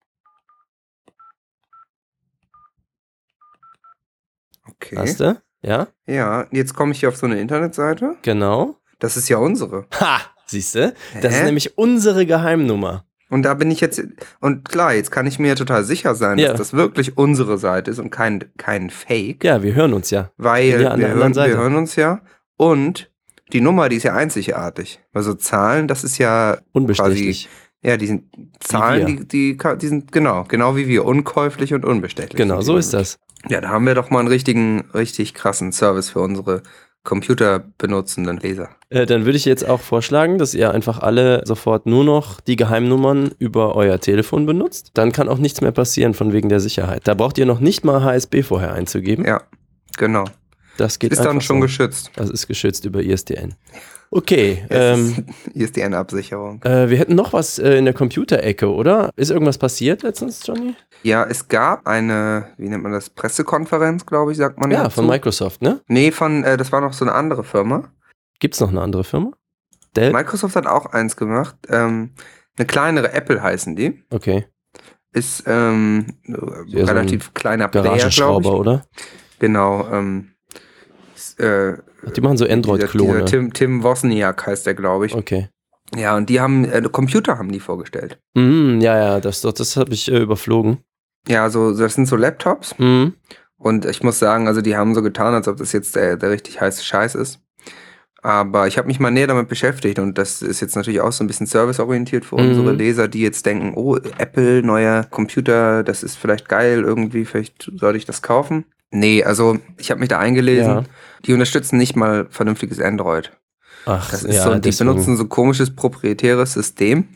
Okay. Hast du? Ja, Ja, jetzt komme ich hier auf so eine Internetseite. genau. Das ist ja unsere. Ha, siehst du? Das Hä? ist nämlich unsere Geheimnummer. Und da bin ich jetzt, und klar, jetzt kann ich mir total sicher sein, Ja. dass das wirklich unsere Seite ist und kein, kein Fake. Ja, wir hören uns ja. Weil Bin ja an wir, der anderen hören, Seite. wir hören uns ja. Und die Nummer, die ist ja einzigartig. Also Zahlen, das ist ja Unbestechlich. ja, die sind Zahlen, wir. die, die, ka- die sind genau, genau wie wir, unkäuflich und unbestechlich. Genau, sind so die ist nämlich. das. Ja, da haben wir doch mal einen richtigen, richtig krassen Service für unsere computerbenutzenden Leser. Äh, dann würde ich jetzt auch vorschlagen, dass ihr einfach alle sofort nur noch die Geheimnummern über euer Telefon benutzt. Dann kann auch nichts mehr passieren von wegen der Sicherheit. Da braucht ihr noch nicht mal H S B vorher einzugeben. Ja, genau. Das geht Ist dann einfach schon so. geschützt. Das ist geschützt über I S D N. Okay, Es ähm, ist, hier ist die eine Absicherung. äh, wir hätten noch was äh, in der Computerecke, oder? Ist irgendwas passiert letztens, Johnny? Ja, es gab eine, wie nennt man das, Pressekonferenz, glaube ich, sagt man Ja, dazu. von Microsoft, ne? Nee, von, äh, das war noch so eine andere Firma. Gibt's noch eine andere Firma? Dell? Microsoft hat auch eins gemacht. Ähm, eine kleinere, Apple heißen die. Okay. Ist ähm, Eher so relativ kleiner Player, glaube Garagenschrauber, ich. oder? Genau. Ähm, ist, äh, Ach, die machen so dieser, Android-Klone. dieser Tim, Tim Wozniak heißt der, glaube ich. Okay. Ja, und die haben, äh, Computer haben die vorgestellt. Mhm, ja, ja, das, das, das habe ich äh, überflogen. Ja, so, das sind so Laptops. Mhm. Und ich muss sagen, also die haben so getan, als ob das jetzt der, der richtig heiße Scheiß ist. Aber ich habe mich mal näher damit beschäftigt und das ist jetzt natürlich auch so ein bisschen serviceorientiert für Mhm. unsere Leser, die jetzt denken, oh, Apple, neuer Computer, das ist vielleicht geil irgendwie, vielleicht sollte ich das kaufen. Nee, also ich habe mich da eingelesen. Ja. Die unterstützen nicht mal vernünftiges Android. Ach, Das ist ja, so, die deswegen. benutzen so ein komisches proprietäres System.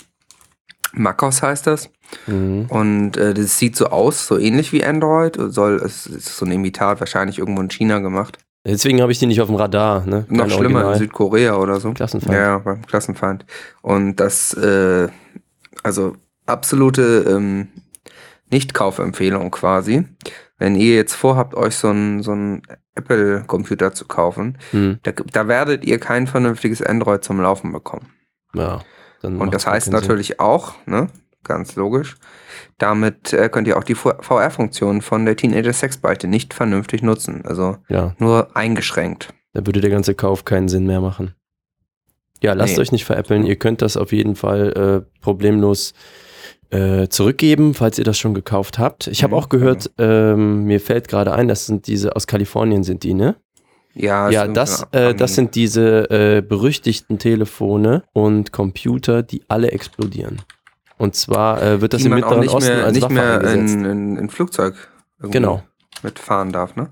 MacOS heißt das. Mhm. Und äh, das sieht so aus, so ähnlich wie Android. Soll, es ist so ein Imitat, wahrscheinlich irgendwo in China gemacht. Deswegen habe ich die nicht auf dem Radar, ne? Noch Kein schlimmer, Original. in Südkorea oder so. Klassenfeind. Ja, beim Klassenfeind. Und das, äh, also absolute ähm, Nicht-Kaufempfehlung quasi. Wenn ihr jetzt vorhabt, euch so einen so einen Apple-Computer zu kaufen, Hm. da, da werdet ihr kein vernünftiges Android zum Laufen bekommen. Ja, dann Und macht's das gar heißt keinen Sinn. natürlich auch, ne, ganz logisch, damit äh, könnt ihr auch die V R-Funktion von der Teenager-Sexbeichte nicht vernünftig nutzen. Also Ja, nur eingeschränkt. da würde der ganze Kauf keinen Sinn mehr machen. Ja, lasst Nee. euch nicht veräppeln. Ihr könnt das auf jeden Fall äh, problemlos äh, zurückgeben, falls ihr das schon gekauft habt. Ich habe Mhm, auch gehört, ähm, mir fällt gerade ein, das sind diese, aus Kalifornien sind die, ne? Ja, Ja, ist das, irgendwie äh, das sind diese äh, berüchtigten Telefone und Computer, die alle explodieren. Und zwar äh, wird das die im man auch Mittleren nicht Osten mehr, als nicht Waffe mehr eingesetzt. in, in, in Flugzeug irgendwie Genau. mitfahren darf, ne?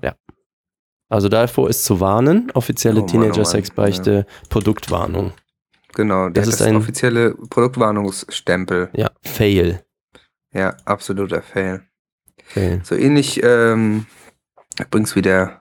Also davor ist zu warnen, offizielle Oh Mann, oh Mann, Teenager-Sexbeichte, Produktwarnung. Genau, Das das ist ist ein- offizielle Produktwarnungsstempel. Ja, Fail. Ja, absoluter Fail. Fail. So ähnlich ähm, übrigens wie der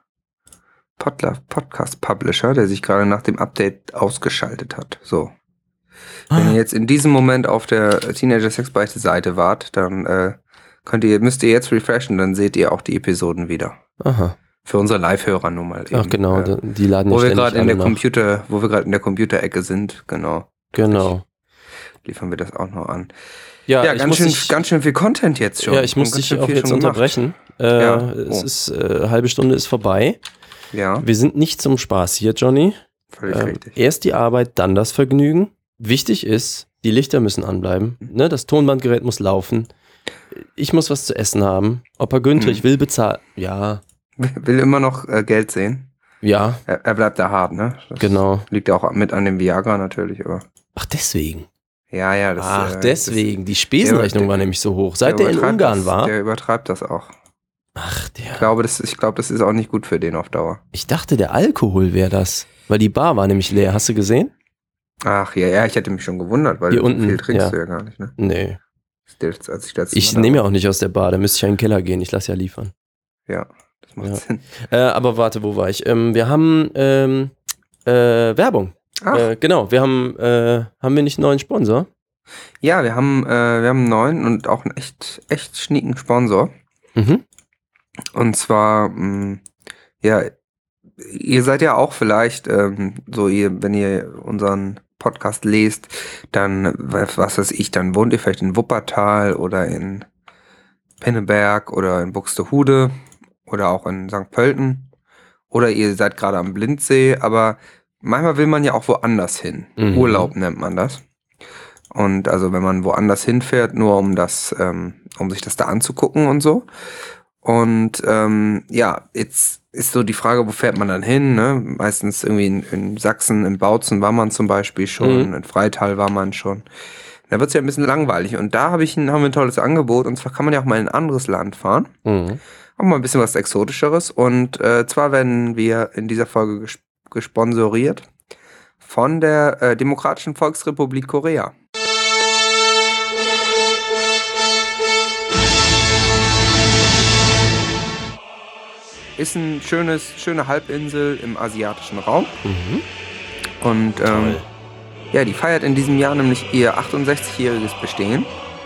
Podla- Podcast-Publisher, der sich gerade nach dem Update ausgeschaltet hat. So. Wenn ihr jetzt in diesem Moment auf der Teenager-Sexbeichte-Seite wart, dann äh, könnt ihr, müsst ihr jetzt refreshen, dann seht ihr auch die Episoden wieder. Aha. Für unsere Live-Hörer nun mal. Ach genau, Äh, die laden ja wo wir ständig gerade in alle der nach. Computer, wo wir gerade in der Computerecke sind, genau, Genau. liefern wir das auch noch an. Ja, Ja, ich ganz muss schön, dich, ganz schön viel Content jetzt schon. ja, ich muss Und ganz dich schön auch viel jetzt schon gemacht. unterbrechen. Äh, Ja. Es Oh. ist, äh, halbe Stunde ist vorbei. Ja, Wir sind nicht zum Spaß hier, Johnny. völlig Ähm, richtig. erst die Arbeit, dann das Vergnügen. Wichtig ist, die Lichter müssen anbleiben. Ne? Das Tonbandgerät muss laufen. Ich muss was zu essen haben. Opa Günther, Hm. ich will bezahlen. Ja, Will immer noch äh, Geld sehen. ja, Er, er bleibt da hart, ne? Das genau. liegt ja auch mit an dem Viagra natürlich, aber. Ach, deswegen. Ja, ja, das Ach, äh, deswegen. Die Spesenrechnung der- war nämlich so hoch. Das, Seit der in übertreibt Ungarn das, war. Der übertreibt das auch. Ach, der. Ich glaube, das, ich glaube, das ist auch nicht gut für den auf Dauer. Ich dachte, der Alkohol wäre das. Weil die Bar war nämlich leer. Hast du gesehen? Ach ja, ja, ich hätte mich schon gewundert, weil Hier so unten, viel trinkst ja. du ja gar nicht, ne? Nee. Das, als ich das Ich nehme ja auch nicht aus der Bar. Da müsste ich ja in den Keller gehen. Ich lasse ja liefern. Ja, das macht Ja. Sinn. Äh, aber warte, wo war ich? Ähm, wir haben ähm, äh, Werbung. Ach, Äh, genau, wir haben, äh, haben wir nicht einen neuen Sponsor? Ja, wir haben, äh, wir haben einen neuen und auch einen echt, echt schnieken Sponsor. Mhm. Und zwar, mh, ja, ihr seid ja auch vielleicht, ähm, so ihr, wenn ihr unseren Podcast lest, dann, was weiß ich, dann wohnt ihr vielleicht in Wuppertal oder in Pinneberg oder in Buxtehude oder auch in Sankt Pölten oder ihr seid gerade am Blindsee, aber manchmal will man ja auch woanders hin. Mhm. Urlaub nennt man das. Und also wenn man woanders hinfährt, nur um das, ähm, um sich das da anzugucken und so. Und ähm, ja, jetzt ist so die Frage, wo fährt man dann hin? Ne? Meistens irgendwie in, in Sachsen, in Bautzen war man zum Beispiel schon, Mhm. in Freital war man schon. Da wird es ja ein bisschen langweilig. Und da hab ich ein, haben wir ein tolles Angebot. Und zwar kann man ja auch mal in ein anderes Land fahren. Mhm. Auch mal ein bisschen was Exotischeres. Und äh, zwar werden wir in dieser Folge ges gesponsoriert von der äh, Demokratischen Volksrepublik Korea. Ist ein schönes, schöne Halbinsel im asiatischen Raum. Mhm. Und ähm, ja, die feiert in diesem Jahr nämlich ihr achtundsechzigjähriges Bestehen.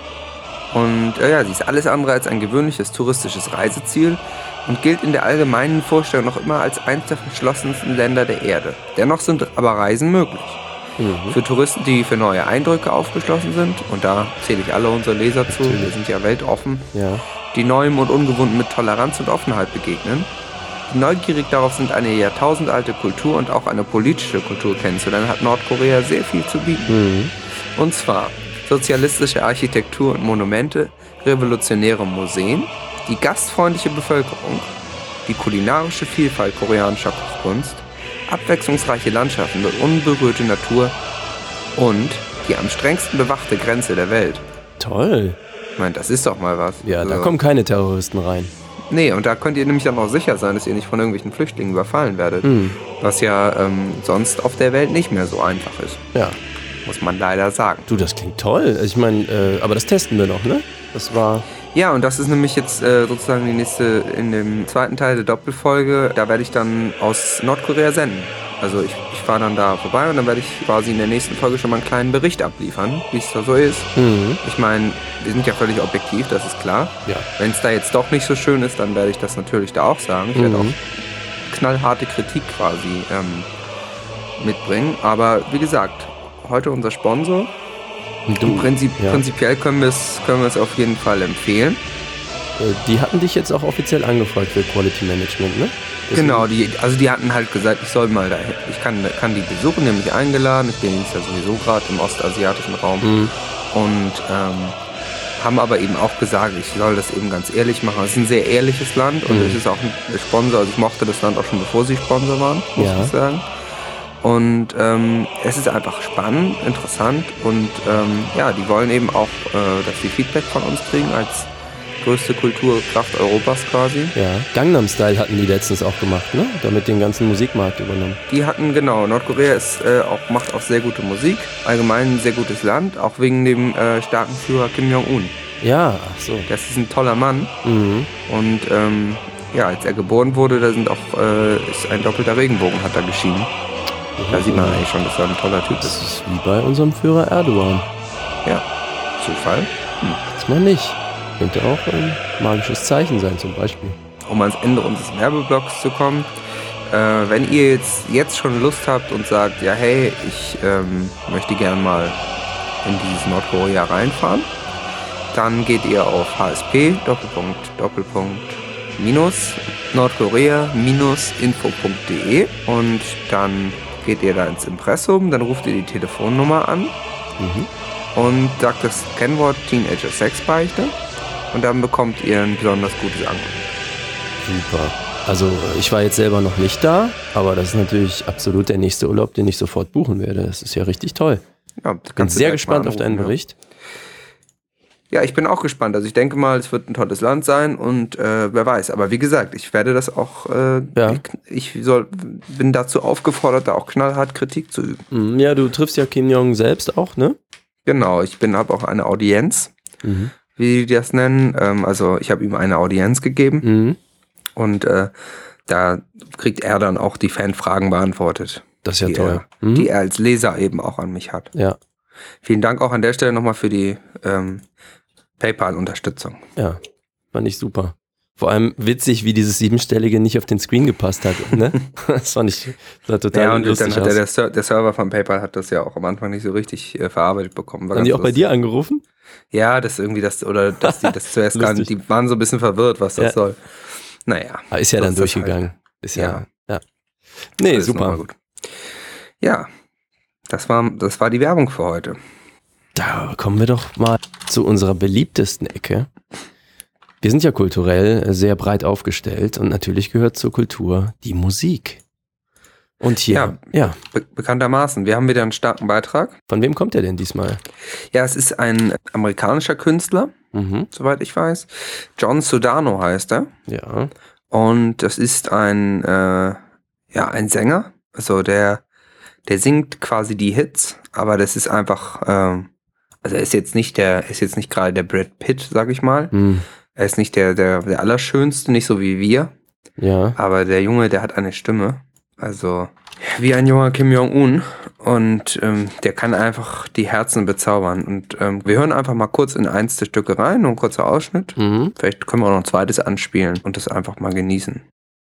Und äh, ja, sie ist alles andere als ein gewöhnliches touristisches Reiseziel und gilt in der allgemeinen Vorstellung noch immer als eines der verschlossensten Länder der Erde. Dennoch sind aber Reisen möglich. Mhm. Für Touristen, die für neue Eindrücke aufgeschlossen sind, und da zähle ich alle unsere Leser zu, wir sind ja weltoffen, Ja. die Neuem und Ungewohnten mit Toleranz und Offenheit begegnen, die neugierig darauf sind, eine jahrtausendalte Kultur und auch eine politische Kultur kennenzulernen, hat Nordkorea sehr viel zu bieten. Mhm. Und zwar sozialistische Architektur und Monumente, revolutionäre Museen, die gastfreundliche Bevölkerung, die kulinarische Vielfalt koreanischer Kochkunst, abwechslungsreiche Landschaften und unberührte Natur und die am strengsten bewachte Grenze der Welt. Toll. Ich meine, das ist doch mal was. Ja, da Also, kommen keine Terroristen rein. Nee, und da könnt ihr nämlich dann auch sicher sein, dass ihr nicht von irgendwelchen Flüchtlingen überfallen werdet. Mhm. Was ja ähm, sonst auf der Welt nicht mehr so einfach ist. Ja. Muss man leider sagen. Du, das klingt toll. Ich meine, äh, aber das testen wir noch, ne? Das war. Ja, und das ist nämlich jetzt äh, sozusagen die nächste, in dem zweiten Teil der Doppelfolge, da werde ich dann aus Nordkorea senden. Also ich, ich fahre dann da vorbei und dann werde ich quasi in der nächsten Folge schon mal einen kleinen Bericht abliefern, wie es da so ist. Mhm. Ich meine, wir sind ja völlig objektiv, das ist klar. Ja. Wenn es da jetzt doch nicht so schön ist, dann werde ich das natürlich da auch sagen. Ich werde Mhm. auch knallharte Kritik quasi ähm, mitbringen. Aber wie gesagt, heute unser Sponsor. Und Und Prinzip, ja. prinzipiell können wir es können wir es auf jeden Fall empfehlen. Äh, Die hatten dich jetzt auch offiziell angefragt für Quality Management, ne? Deswegen- Genau, die, also die hatten halt gesagt, ich soll mal da, ich kann, kann die besuchen, die haben mich eingeladen. Ich bin jetzt ja sowieso gerade im ostasiatischen Raum. Mhm. Und ähm, haben aber eben auch gesagt, ich soll das eben ganz ehrlich machen. Es ist ein sehr ehrliches Land und Mhm. es ist auch ein Sponsor. Also ich mochte das Land auch schon bevor sie Sponsor waren, muss Ja. ich sagen. Und ähm, es ist einfach spannend, interessant und ähm, ja, die wollen eben auch, äh, dass sie Feedback von uns kriegen als größte Kulturkraft Europas quasi. Ja. Gangnam Style hatten die letztens auch gemacht, ne? Damit den ganzen Musikmarkt übernommen. Die hatten, genau, Nordkorea ist, äh, auch, macht auch sehr gute Musik, allgemein ein sehr gutes Land, auch wegen dem äh, starken Führer Kim Jong-un. Ja, ach so. Das ist ein toller Mann Mhm. und ähm, ja, als er geboren wurde, da sind auch, äh, ist ein doppelter Regenbogen hat er geschienen. Da sieht man eigentlich schon, dass er ein toller Typ Das ist. ist wie bei unserem Führer Erdogan. Ja, Zufall. Weiß man nicht. Könnte auch ein magisches Zeichen sein, zum Beispiel. Um ans Ende unseres Werbeblocks zu kommen, äh, wenn ihr jetzt, jetzt schon Lust habt und sagt, ja hey, ich ähm, möchte gern mal in dieses Nordkorea reinfahren, dann geht ihr auf H S P Doppelpunkt Doppelpunkt minus Nordkorea minus info punkt de und dann geht ihr da ins Impressum, dann ruft ihr die Telefonnummer an Mhm. und sagt das Kennwort Teenager Sexbeichte und dann bekommt ihr ein besonders gutes Angebot. Super. Also ich war jetzt selber noch nicht da, aber das ist natürlich absolut der nächste Urlaub, den ich sofort buchen werde. Das ist ja richtig toll. Ja, Bin kannst du sehr gleich mal gespannt auf deinen anrufen, ja. Bericht. Ja, ich bin auch gespannt. Also ich denke mal, es wird ein tolles Land sein und äh, wer weiß. Aber wie gesagt, ich werde das auch, äh, Ja. ich, ich soll, bin dazu aufgefordert, da auch knallhart Kritik zu üben. Mhm, ja, du triffst ja Kim Jong selbst auch, ne? Genau, ich bin habe auch eine Audienz, Mhm. wie die das nennen. Ähm, also ich habe ihm eine Audienz gegeben Mhm. und äh, da kriegt er dann auch die Fanfragen beantwortet, Das ist ja die, toll. er, Mhm. die er als Leser eben auch an mich hat. Ja. Vielen Dank auch an der Stelle nochmal für die ähm, PayPal-Unterstützung. Ja, fand ich super. Vor allem witzig, wie dieses Siebenstellige nicht auf den Screen gepasst hat. Ne? Das fand ich sah total Ja, und lustig dann hat aus. der, der, Ser- der Server von PayPal hat das ja auch am Anfang nicht so richtig äh, verarbeitet bekommen. War Haben die ganz auch bei lustig. dir angerufen? Ja, das irgendwie das, oder dass die das zuerst gar nicht, die waren so ein bisschen verwirrt, was das Ja. soll. Naja. Ah, ist ja so dann ist das durchgegangen. halt. Ist ja, Ja. ja. Nee, Alles nochmal super. gut. Ja, das war, das war die Werbung für heute. Da kommen wir doch mal zu unserer beliebtesten Ecke. Wir sind ja kulturell sehr breit aufgestellt und natürlich gehört zur Kultur die Musik. Und hier, ja, ja. Be- bekanntermaßen, wir haben wieder einen starken Beitrag. Von wem kommt der denn diesmal? Ja, es ist ein amerikanischer Künstler, Mhm. soweit ich weiß. John Sodano heißt er. Ja. Und das ist ein, äh, ja, ein Sänger. Also der, der singt quasi die Hits, aber das ist einfach, ähm, also er ist jetzt nicht der, ist jetzt nicht gerade der Brad Pitt, sag ich mal. Hm. Er ist nicht der, der, der Allerschönste, nicht so wie wir. Ja. Aber der Junge, der hat eine Stimme. Also wie ein junger Kim Jong-un. Und ähm, der kann einfach die Herzen bezaubern. Und ähm, wir hören einfach mal kurz in eins der Stücke rein, nur ein kurzer Ausschnitt. Mhm. Vielleicht können wir auch noch ein zweites anspielen und das einfach mal genießen.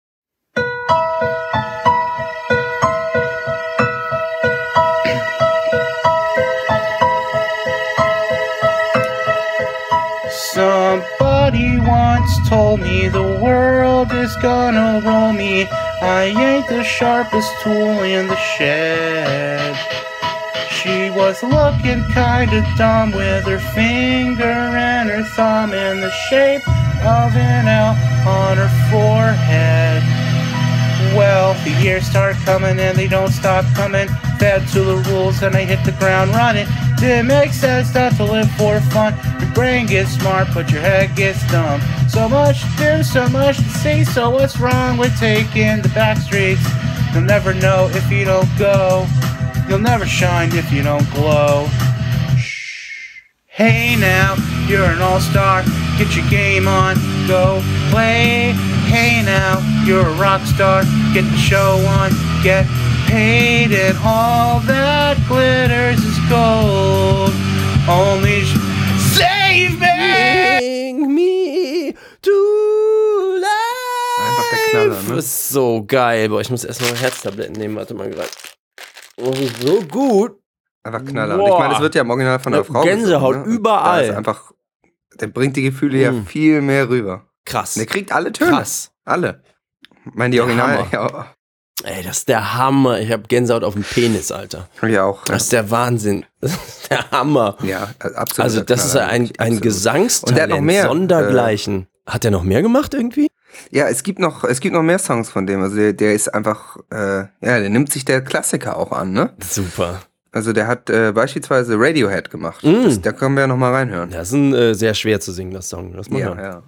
Somebody once told me the world is gonna roll me. I ain't the sharpest tool in the shed. She was looking kinda dumb with her finger and her thumb in the shape of an L on her forehead. Well, the years start coming and they don't stop coming. Fed to the rules and I hit the ground running. It makes sense not to live for fun. Your brain gets smart, but your head gets dumb. So much to do, so much to see. So what's wrong with taking the back streets? You'll never know if you don't go. You'll never shine if you don't glow. Shh. Hey now, you're an all-star. Get your game on, go play. Hey now, you're a rock star. Get the show on, get paid, and all that glitters is gold. Only sh- save me! Bring me to life. Einfach der Knaller, ne? Das ist so geil. Boah, ich muss erstmal Herztabletten nehmen. Warte mal gerade. Oh, das ist so gut. Einfach Knaller. Boah. Und ich meine, das wird ja im Original von der Ja, Frau Gänsehaut gesungen, ne? überall. Da ist einfach, der bringt die Gefühle ja Mhm. viel mehr rüber. Krass. Der kriegt alle Töne. Krass. Alle. Ich meine, die Der Original, Hammer. ja, Ey, das ist der Hammer. Ich hab Gänsehaut auf dem Penis, Alter. ja auch. Ja, Das ist der Wahnsinn. Das ist der Hammer. ja absolut. Also das ist ein, ein Und der hat noch Gesangstalent, mehr, sondergleichen. Hat der noch mehr gemacht irgendwie? Ja, es gibt noch, es gibt noch mehr Songs von dem. Also der, der ist einfach, äh, ja, der nimmt sich der Klassiker auch an, ne? Super. Also der hat äh, beispielsweise Radiohead gemacht. Mm. Das, da können wir ja noch mal reinhören. Das ist ein äh, sehr schwer zu singen, das Song. Lass mal Ja, hören. ja.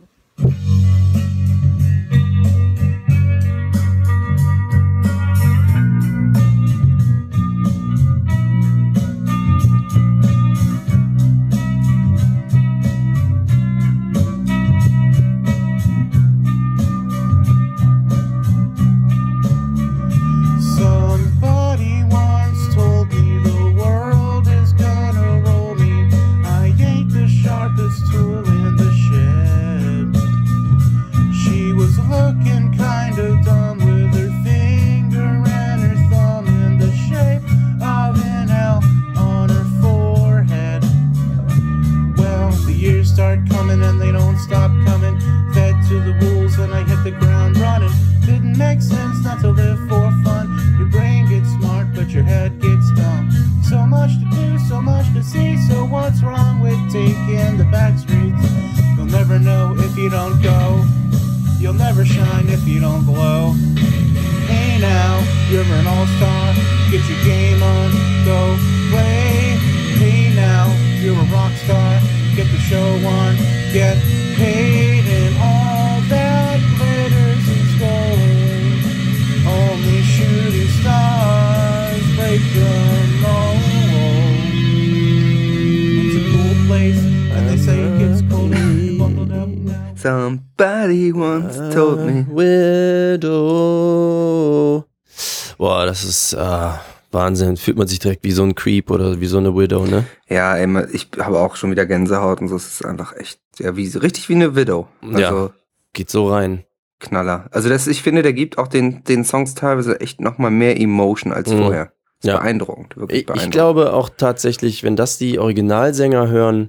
Somebody once told me the world is gonna roll me. I ain't the sharpest tool in the shed. She was looking kinda dumb with her finger and her thumb in the shape of an L on her forehead. Well, the years start coming and they don't stop coming. Fed to the rules and I hit the ground running. Didn't make sense not to live for fun. Your brain gets smart, but your head gets dumb. So much to do, so much to see. So what's wrong with taking the back streets? You'll never know if you don't go. You'll never shine if you don't glow. Hey now, you're an all-star. Get your game on, go play. Hey now, you're a rock star. Get the show on, get paid, and all that glitters is gold. Only shooting stars break the mold. It's a cool place, and they say it gets colder. You're bundled up now. Somebody once told me. Widow. Boah, das ist, äh, Wahnsinn, fühlt man sich direkt wie so ein Creep oder wie so eine Widow, ne? Ja, ey, ich habe auch schon wieder Gänsehaut und so. Es ist einfach echt, ja, wie, richtig wie eine Widow. Also Ja. Geht so rein. Knaller. Also das, ich finde, der gibt auch den, den Songs teilweise echt nochmal mehr Emotion als Mhm. vorher. Das ist Ja. beeindruckend, wirklich Ich, beeindruckend. ich glaube auch tatsächlich, wenn das die Originalsänger hören,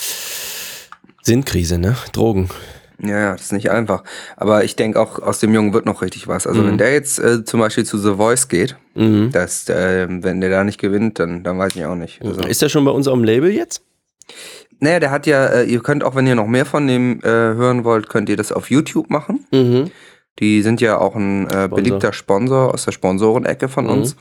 Sinnkrise, ne? Drogen. Ja, ja, das ist nicht einfach. Aber ich denke auch, aus dem Jungen wird noch richtig was. Also Mhm. wenn der jetzt äh, zum Beispiel zu The Voice geht, Mhm. dass, äh, wenn der da nicht gewinnt, dann, dann weiß ich auch nicht. Also, Ist der schon bei uns auf dem Label jetzt? naja, der hat ja, äh, ihr könnt auch, wenn ihr noch mehr von dem äh, hören wollt, könnt ihr das auf YouTube machen. Mhm. Die sind ja auch ein äh, beliebter Sponsor aus der Sponsorenecke von Mhm. uns.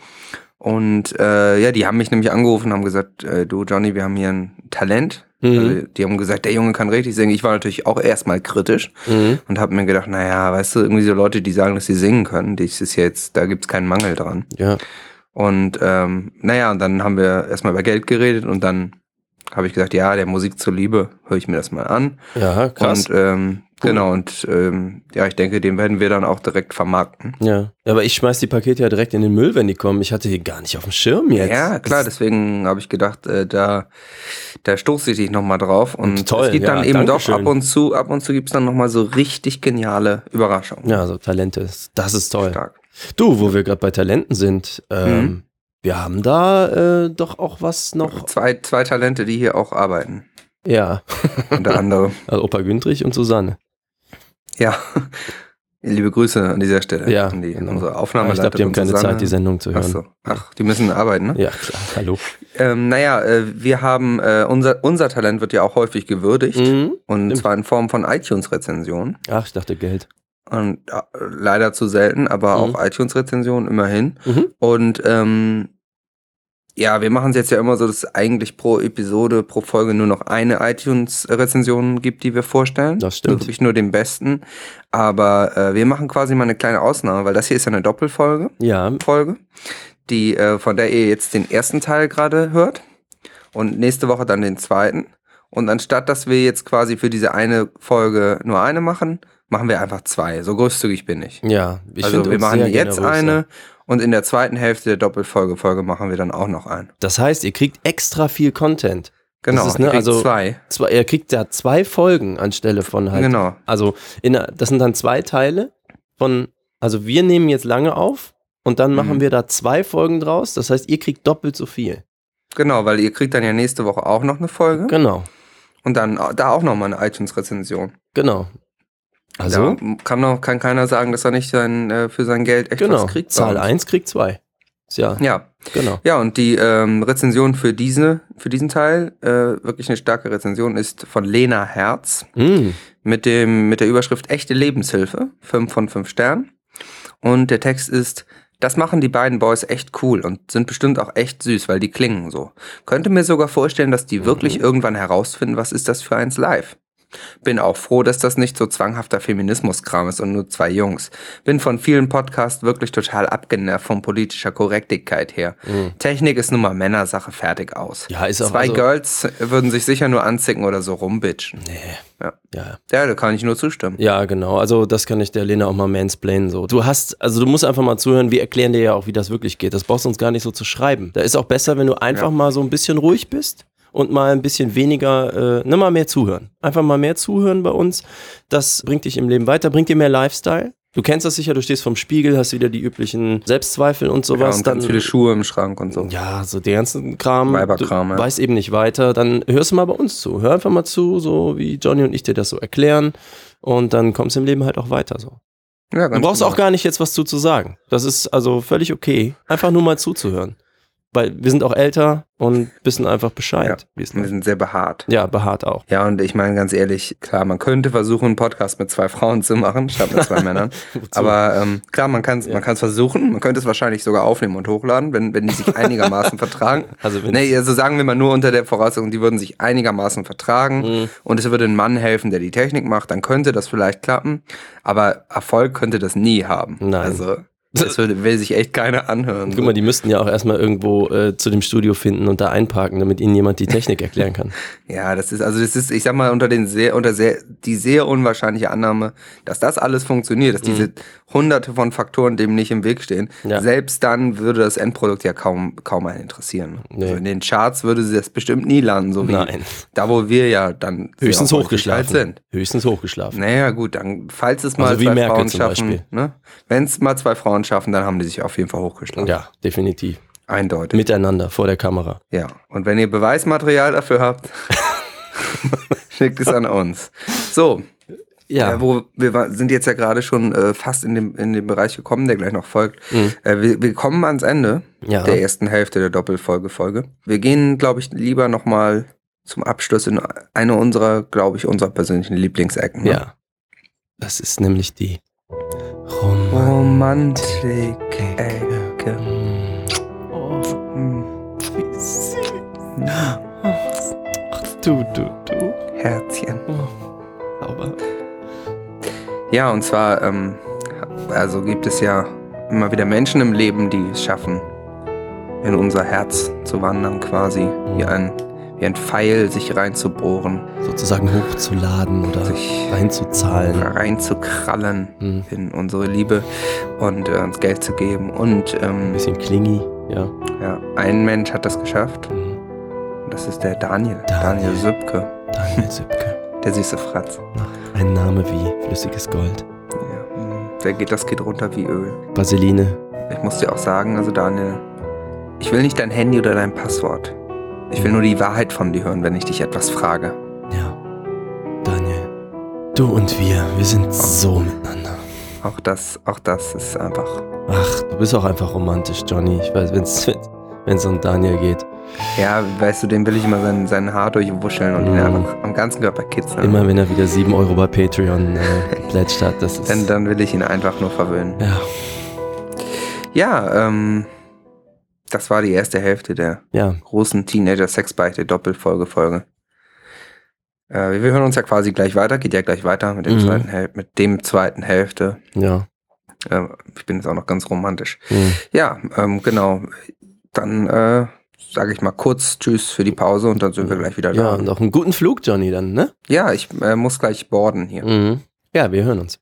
Und äh, ja, die haben mich nämlich angerufen und haben gesagt, äh, du Johnny, wir haben hier ein Talent. Mhm. Also, die haben gesagt, der Junge kann richtig singen. Ich war natürlich auch erstmal kritisch Mhm. und habe mir gedacht, naja, weißt du, irgendwie so Leute, die sagen, dass sie singen können, das ist jetzt, da gibt's keinen Mangel dran. Ja. Und ähm, naja, und dann haben wir erstmal über Geld geredet und dann habe ich gesagt, ja, der Musik zuliebe höre ich mir das mal an. Ja, krass. Und ähm, Cool. genau, und ähm, ja, ich denke, den werden wir dann auch direkt vermarkten. Ja. Ja, aber ich schmeiß die Pakete ja direkt in den Müll, wenn die kommen. Ich hatte die gar nicht auf dem Schirm jetzt. Ja, klar, Das- deswegen habe ich gedacht, äh, da, da stoße ich dich nochmal drauf. Und Toll, es gibt ja, dann eben Dankeschön. doch ab und zu, ab und zu gibt's dann nochmal so richtig geniale Überraschungen. Ja, so Talente. Das ist toll. Stark. Du, wo wir gerade bei Talenten sind, ähm, Mhm. wir haben da äh, doch auch was noch. Zwei, zwei Talente, die hier auch arbeiten. Ja, Unter anderem. also Opa Güntrich und Susanne. Ja. Liebe Grüße an dieser Stelle. Ja, an die, genau. unsere Aber Aufnahmeleiterin. ich glaube, die haben keine Susanne. Zeit, die Sendung zu Ach hören. so. Ach, die müssen arbeiten, ne? Ja, klar. Hallo. Ähm, naja, äh, wir haben, äh, unser, unser Talent wird ja auch häufig gewürdigt. Mhm. Und Stimmt. zwar in Form von iTunes-Rezensionen. Ach, ich dachte Geld. Und äh, leider zu selten, aber Mhm. auch iTunes-Rezensionen immerhin. Mhm. Und ähm, ja, wir machen es jetzt ja immer so, dass es eigentlich pro Episode, pro Folge nur noch eine iTunes-Rezension gibt, die wir vorstellen. Das stimmt. Wirklich nur den besten. Aber äh, wir machen quasi mal eine kleine Ausnahme, weil das hier ist ja eine Doppelfolge, Ja, Folge, die, äh, von der ihr jetzt den ersten Teil gerade hört und nächste Woche dann den zweiten. Und anstatt, dass wir jetzt quasi für diese eine Folge nur eine machen, machen wir einfach zwei. So großzügig bin ich. ja. Ich also find wir uns machen sehr jetzt generös, eine ja. und in der zweiten Hälfte der Doppelfolge-Folge machen wir dann auch noch ein. Das heißt, ihr kriegt extra viel Content. Genau, Das ist, ne, ihr kriegt also- zwei. Zwei, ihr kriegt ja zwei Folgen anstelle von halt. Genau. Also in, der- das sind dann zwei Teile von, also wir nehmen jetzt lange auf und dann machen Mhm. wir da zwei Folgen draus. Das heißt, ihr kriegt doppelt so viel. Genau, weil ihr kriegt dann ja nächste Woche auch noch eine Folge Genau, und dann da auch noch mal eine iTunes-Rezension. genau. Also, Da kann, noch, kann keiner sagen, dass er nicht sein, äh, für sein Geld echt genau. was kriegt. bei Zahl uns. eins kriegt zwei. Ja, Ja, genau. ja, und die ähm, Rezension für, diese, für diesen Teil, äh, wirklich eine starke Rezension, ist von Lena Herz Mm, mit, dem, mit der Überschrift Echte Lebenshilfe, fünf von fünf Sternen. Und der Text ist: Das machen die beiden Boys echt cool und sind bestimmt auch echt süß, weil die klingen so. Könnte mir sogar vorstellen, dass die wirklich irgendwann herausfinden, was ist das für eins live. Bin auch froh, dass das nicht so zwanghafter Feminismuskram ist und nur zwei Jungs. Bin von vielen Podcasts wirklich total abgenervt von politischer Korrektigkeit her. Technik ist nun mal Männersache, fertig aus. Ja, ist auch Zwei also- Girls würden sich sicher nur anzicken oder so rumbitchen. nee. Ja. Ja. Ja, da kann ich nur zustimmen. Ja, genau. Also das kann ich der Lena auch mal mansplainen. So. Du hast, also du musst einfach mal zuhören, wir erklären dir ja auch, wie das wirklich geht. Das brauchst du uns gar nicht so zu schreiben. Da ist auch besser, wenn du einfach Ja. mal so ein bisschen ruhig bist und mal ein bisschen weniger, äh, ne, mal mehr zuhören. Einfach mal mehr zuhören bei uns. Das bringt dich im Leben weiter, bringt dir mehr Lifestyle. Du kennst das sicher, du stehst vorm Spiegel, hast wieder die üblichen Selbstzweifel und Ja, sowas. und ganz viele Schuhe im Schrank und so. Ja, so den ganzen Kram. Weiberkram, du ja. weißt eben nicht weiter. Dann hörst du mal bei uns zu. Hör einfach mal zu, so wie Johnny und ich dir das so erklären. Und dann kommst du im Leben halt auch weiter so. Ja, Du ganz brauchst genau. auch gar nicht jetzt was zu, zu sagen. Das ist also völlig okay. Einfach nur mal zuzuhören. Weil wir sind auch älter und wissen einfach Bescheid. wie es Wir läuft. sind sehr behaart. Ja, behaart auch. Ja, und ich meine ganz ehrlich, klar, man könnte versuchen, einen Podcast mit zwei Frauen zu machen, statt mit zwei Männern. Aber ähm, klar, man kann es Ja. man kann's versuchen. Man könnte es wahrscheinlich sogar aufnehmen und hochladen, wenn, wenn die sich einigermaßen vertragen. Also wenn Nee, also sagen wir mal nur unter der Voraussetzung, die würden sich einigermaßen vertragen Mhm. und es würde ein Mann helfen, der die Technik macht, dann könnte das vielleicht klappen. Aber Erfolg könnte das nie haben. Nein. Also Das will, will sich echt keiner anhören. Guck mal, die müssten ja auch erstmal irgendwo äh, zu dem Studio finden und da einparken, damit ihnen jemand die Technik erklären kann. Ja, das ist, also das ist, ich sag mal, unter den sehr, unter sehr, die sehr unwahrscheinliche Annahme, dass das alles funktioniert, dass diese Mhm. hunderte von Faktoren dem nicht im Weg stehen. Ja. Selbst dann würde das Endprodukt ja kaum, kaum einen interessieren. Nee. Also in den Charts würde sie das bestimmt nie landen, so wie Nein. da, wo wir ja dann sehr Höchstens häufig hochgeschlafen. halt sind. Höchstens hochgeschlafen. Naja, gut, dann, falls es mal Also wie zwei Merkel Frauen zum schaffen, Beispiel. ne? Wenn es mal zwei Frauen schaffen, dann haben die sich auf jeden Fall hochgeschlafen. Ja, definitiv. Eindeutig. Miteinander, vor der Kamera. Ja. Und wenn ihr Beweismaterial dafür habt, schickt es an uns. So, Ja. äh, wo wir wa- sind jetzt ja gerade schon äh, fast in dem, in den Bereich gekommen, der gleich noch folgt. Mhm. Äh, wir, wir kommen ans Ende Ja. der ersten Hälfte der Doppelfolge-Folge. Wir gehen, glaube ich, lieber nochmal zum Abschluss in eine unserer, glaube ich, unserer persönlichen Lieblingsecken. Ne? Ja. Das ist nämlich die Romantik. Romantik-Ecke. Hm. Ach, du, du, du. Herzchen. Sauber. Ja, und zwar, ähm, also gibt es ja immer wieder Menschen im Leben, die es schaffen, in unser Herz zu wandern, quasi wie ein, wie ein Pfeil sich reinzubohren, Sozusagen hochzuladen oder sich reinzuzahlen. reinzukrallen Hm. in unsere Liebe und äh, uns Geld zu geben. Und Ein ähm, bisschen klingy, ja. ja, ein Mensch hat das geschafft. Hm. Und das ist der Daniel. Daniel. Daniel Sübke, Daniel Sübke. der süße Fratz. Ein Name wie flüssiges Gold. Ja, mh, der geht, das geht runter wie Öl. Vaseline. Ich muss dir auch sagen, also Daniel, ich will nicht dein Handy oder dein Passwort. Ich will nur die Wahrheit von dir hören, wenn ich dich etwas frage. Ja. Daniel. Du und wir, wir sind so miteinander. Auch das, auch das ist einfach. Ach, du bist auch einfach romantisch, Johnny. Ich weiß, wenn es um Daniel geht. Ja, weißt du, dem will ich immer sein, sein Haar durchwuscheln und ihn Mhm. einfach am ganzen Körper kitzeln. Immer wenn er wieder sieben Euro bei Patreon äh, geplätscht hat, das ist... Denn dann will ich ihn einfach nur verwöhnen. ja, Ja, ähm, das war die erste Hälfte der ja, großen Teenager-Sex-Beichte-Doppelfolge-Folge. Äh, wir hören uns ja quasi gleich weiter, geht ja gleich weiter mit dem, Mhm. zweiten, Häl mit dem zweiten Hälfte. ja. Äh, ich bin jetzt auch noch ganz romantisch. Hm. Ja, ähm, genau. Dann äh, sage ich mal kurz Tschüss für die Pause und dann sind wir gleich wieder Ja, da. und auch einen guten Flug, Johnny, dann, ne? Ja, ich äh, muss gleich boarden hier. Mhm. Ja, wir hören uns.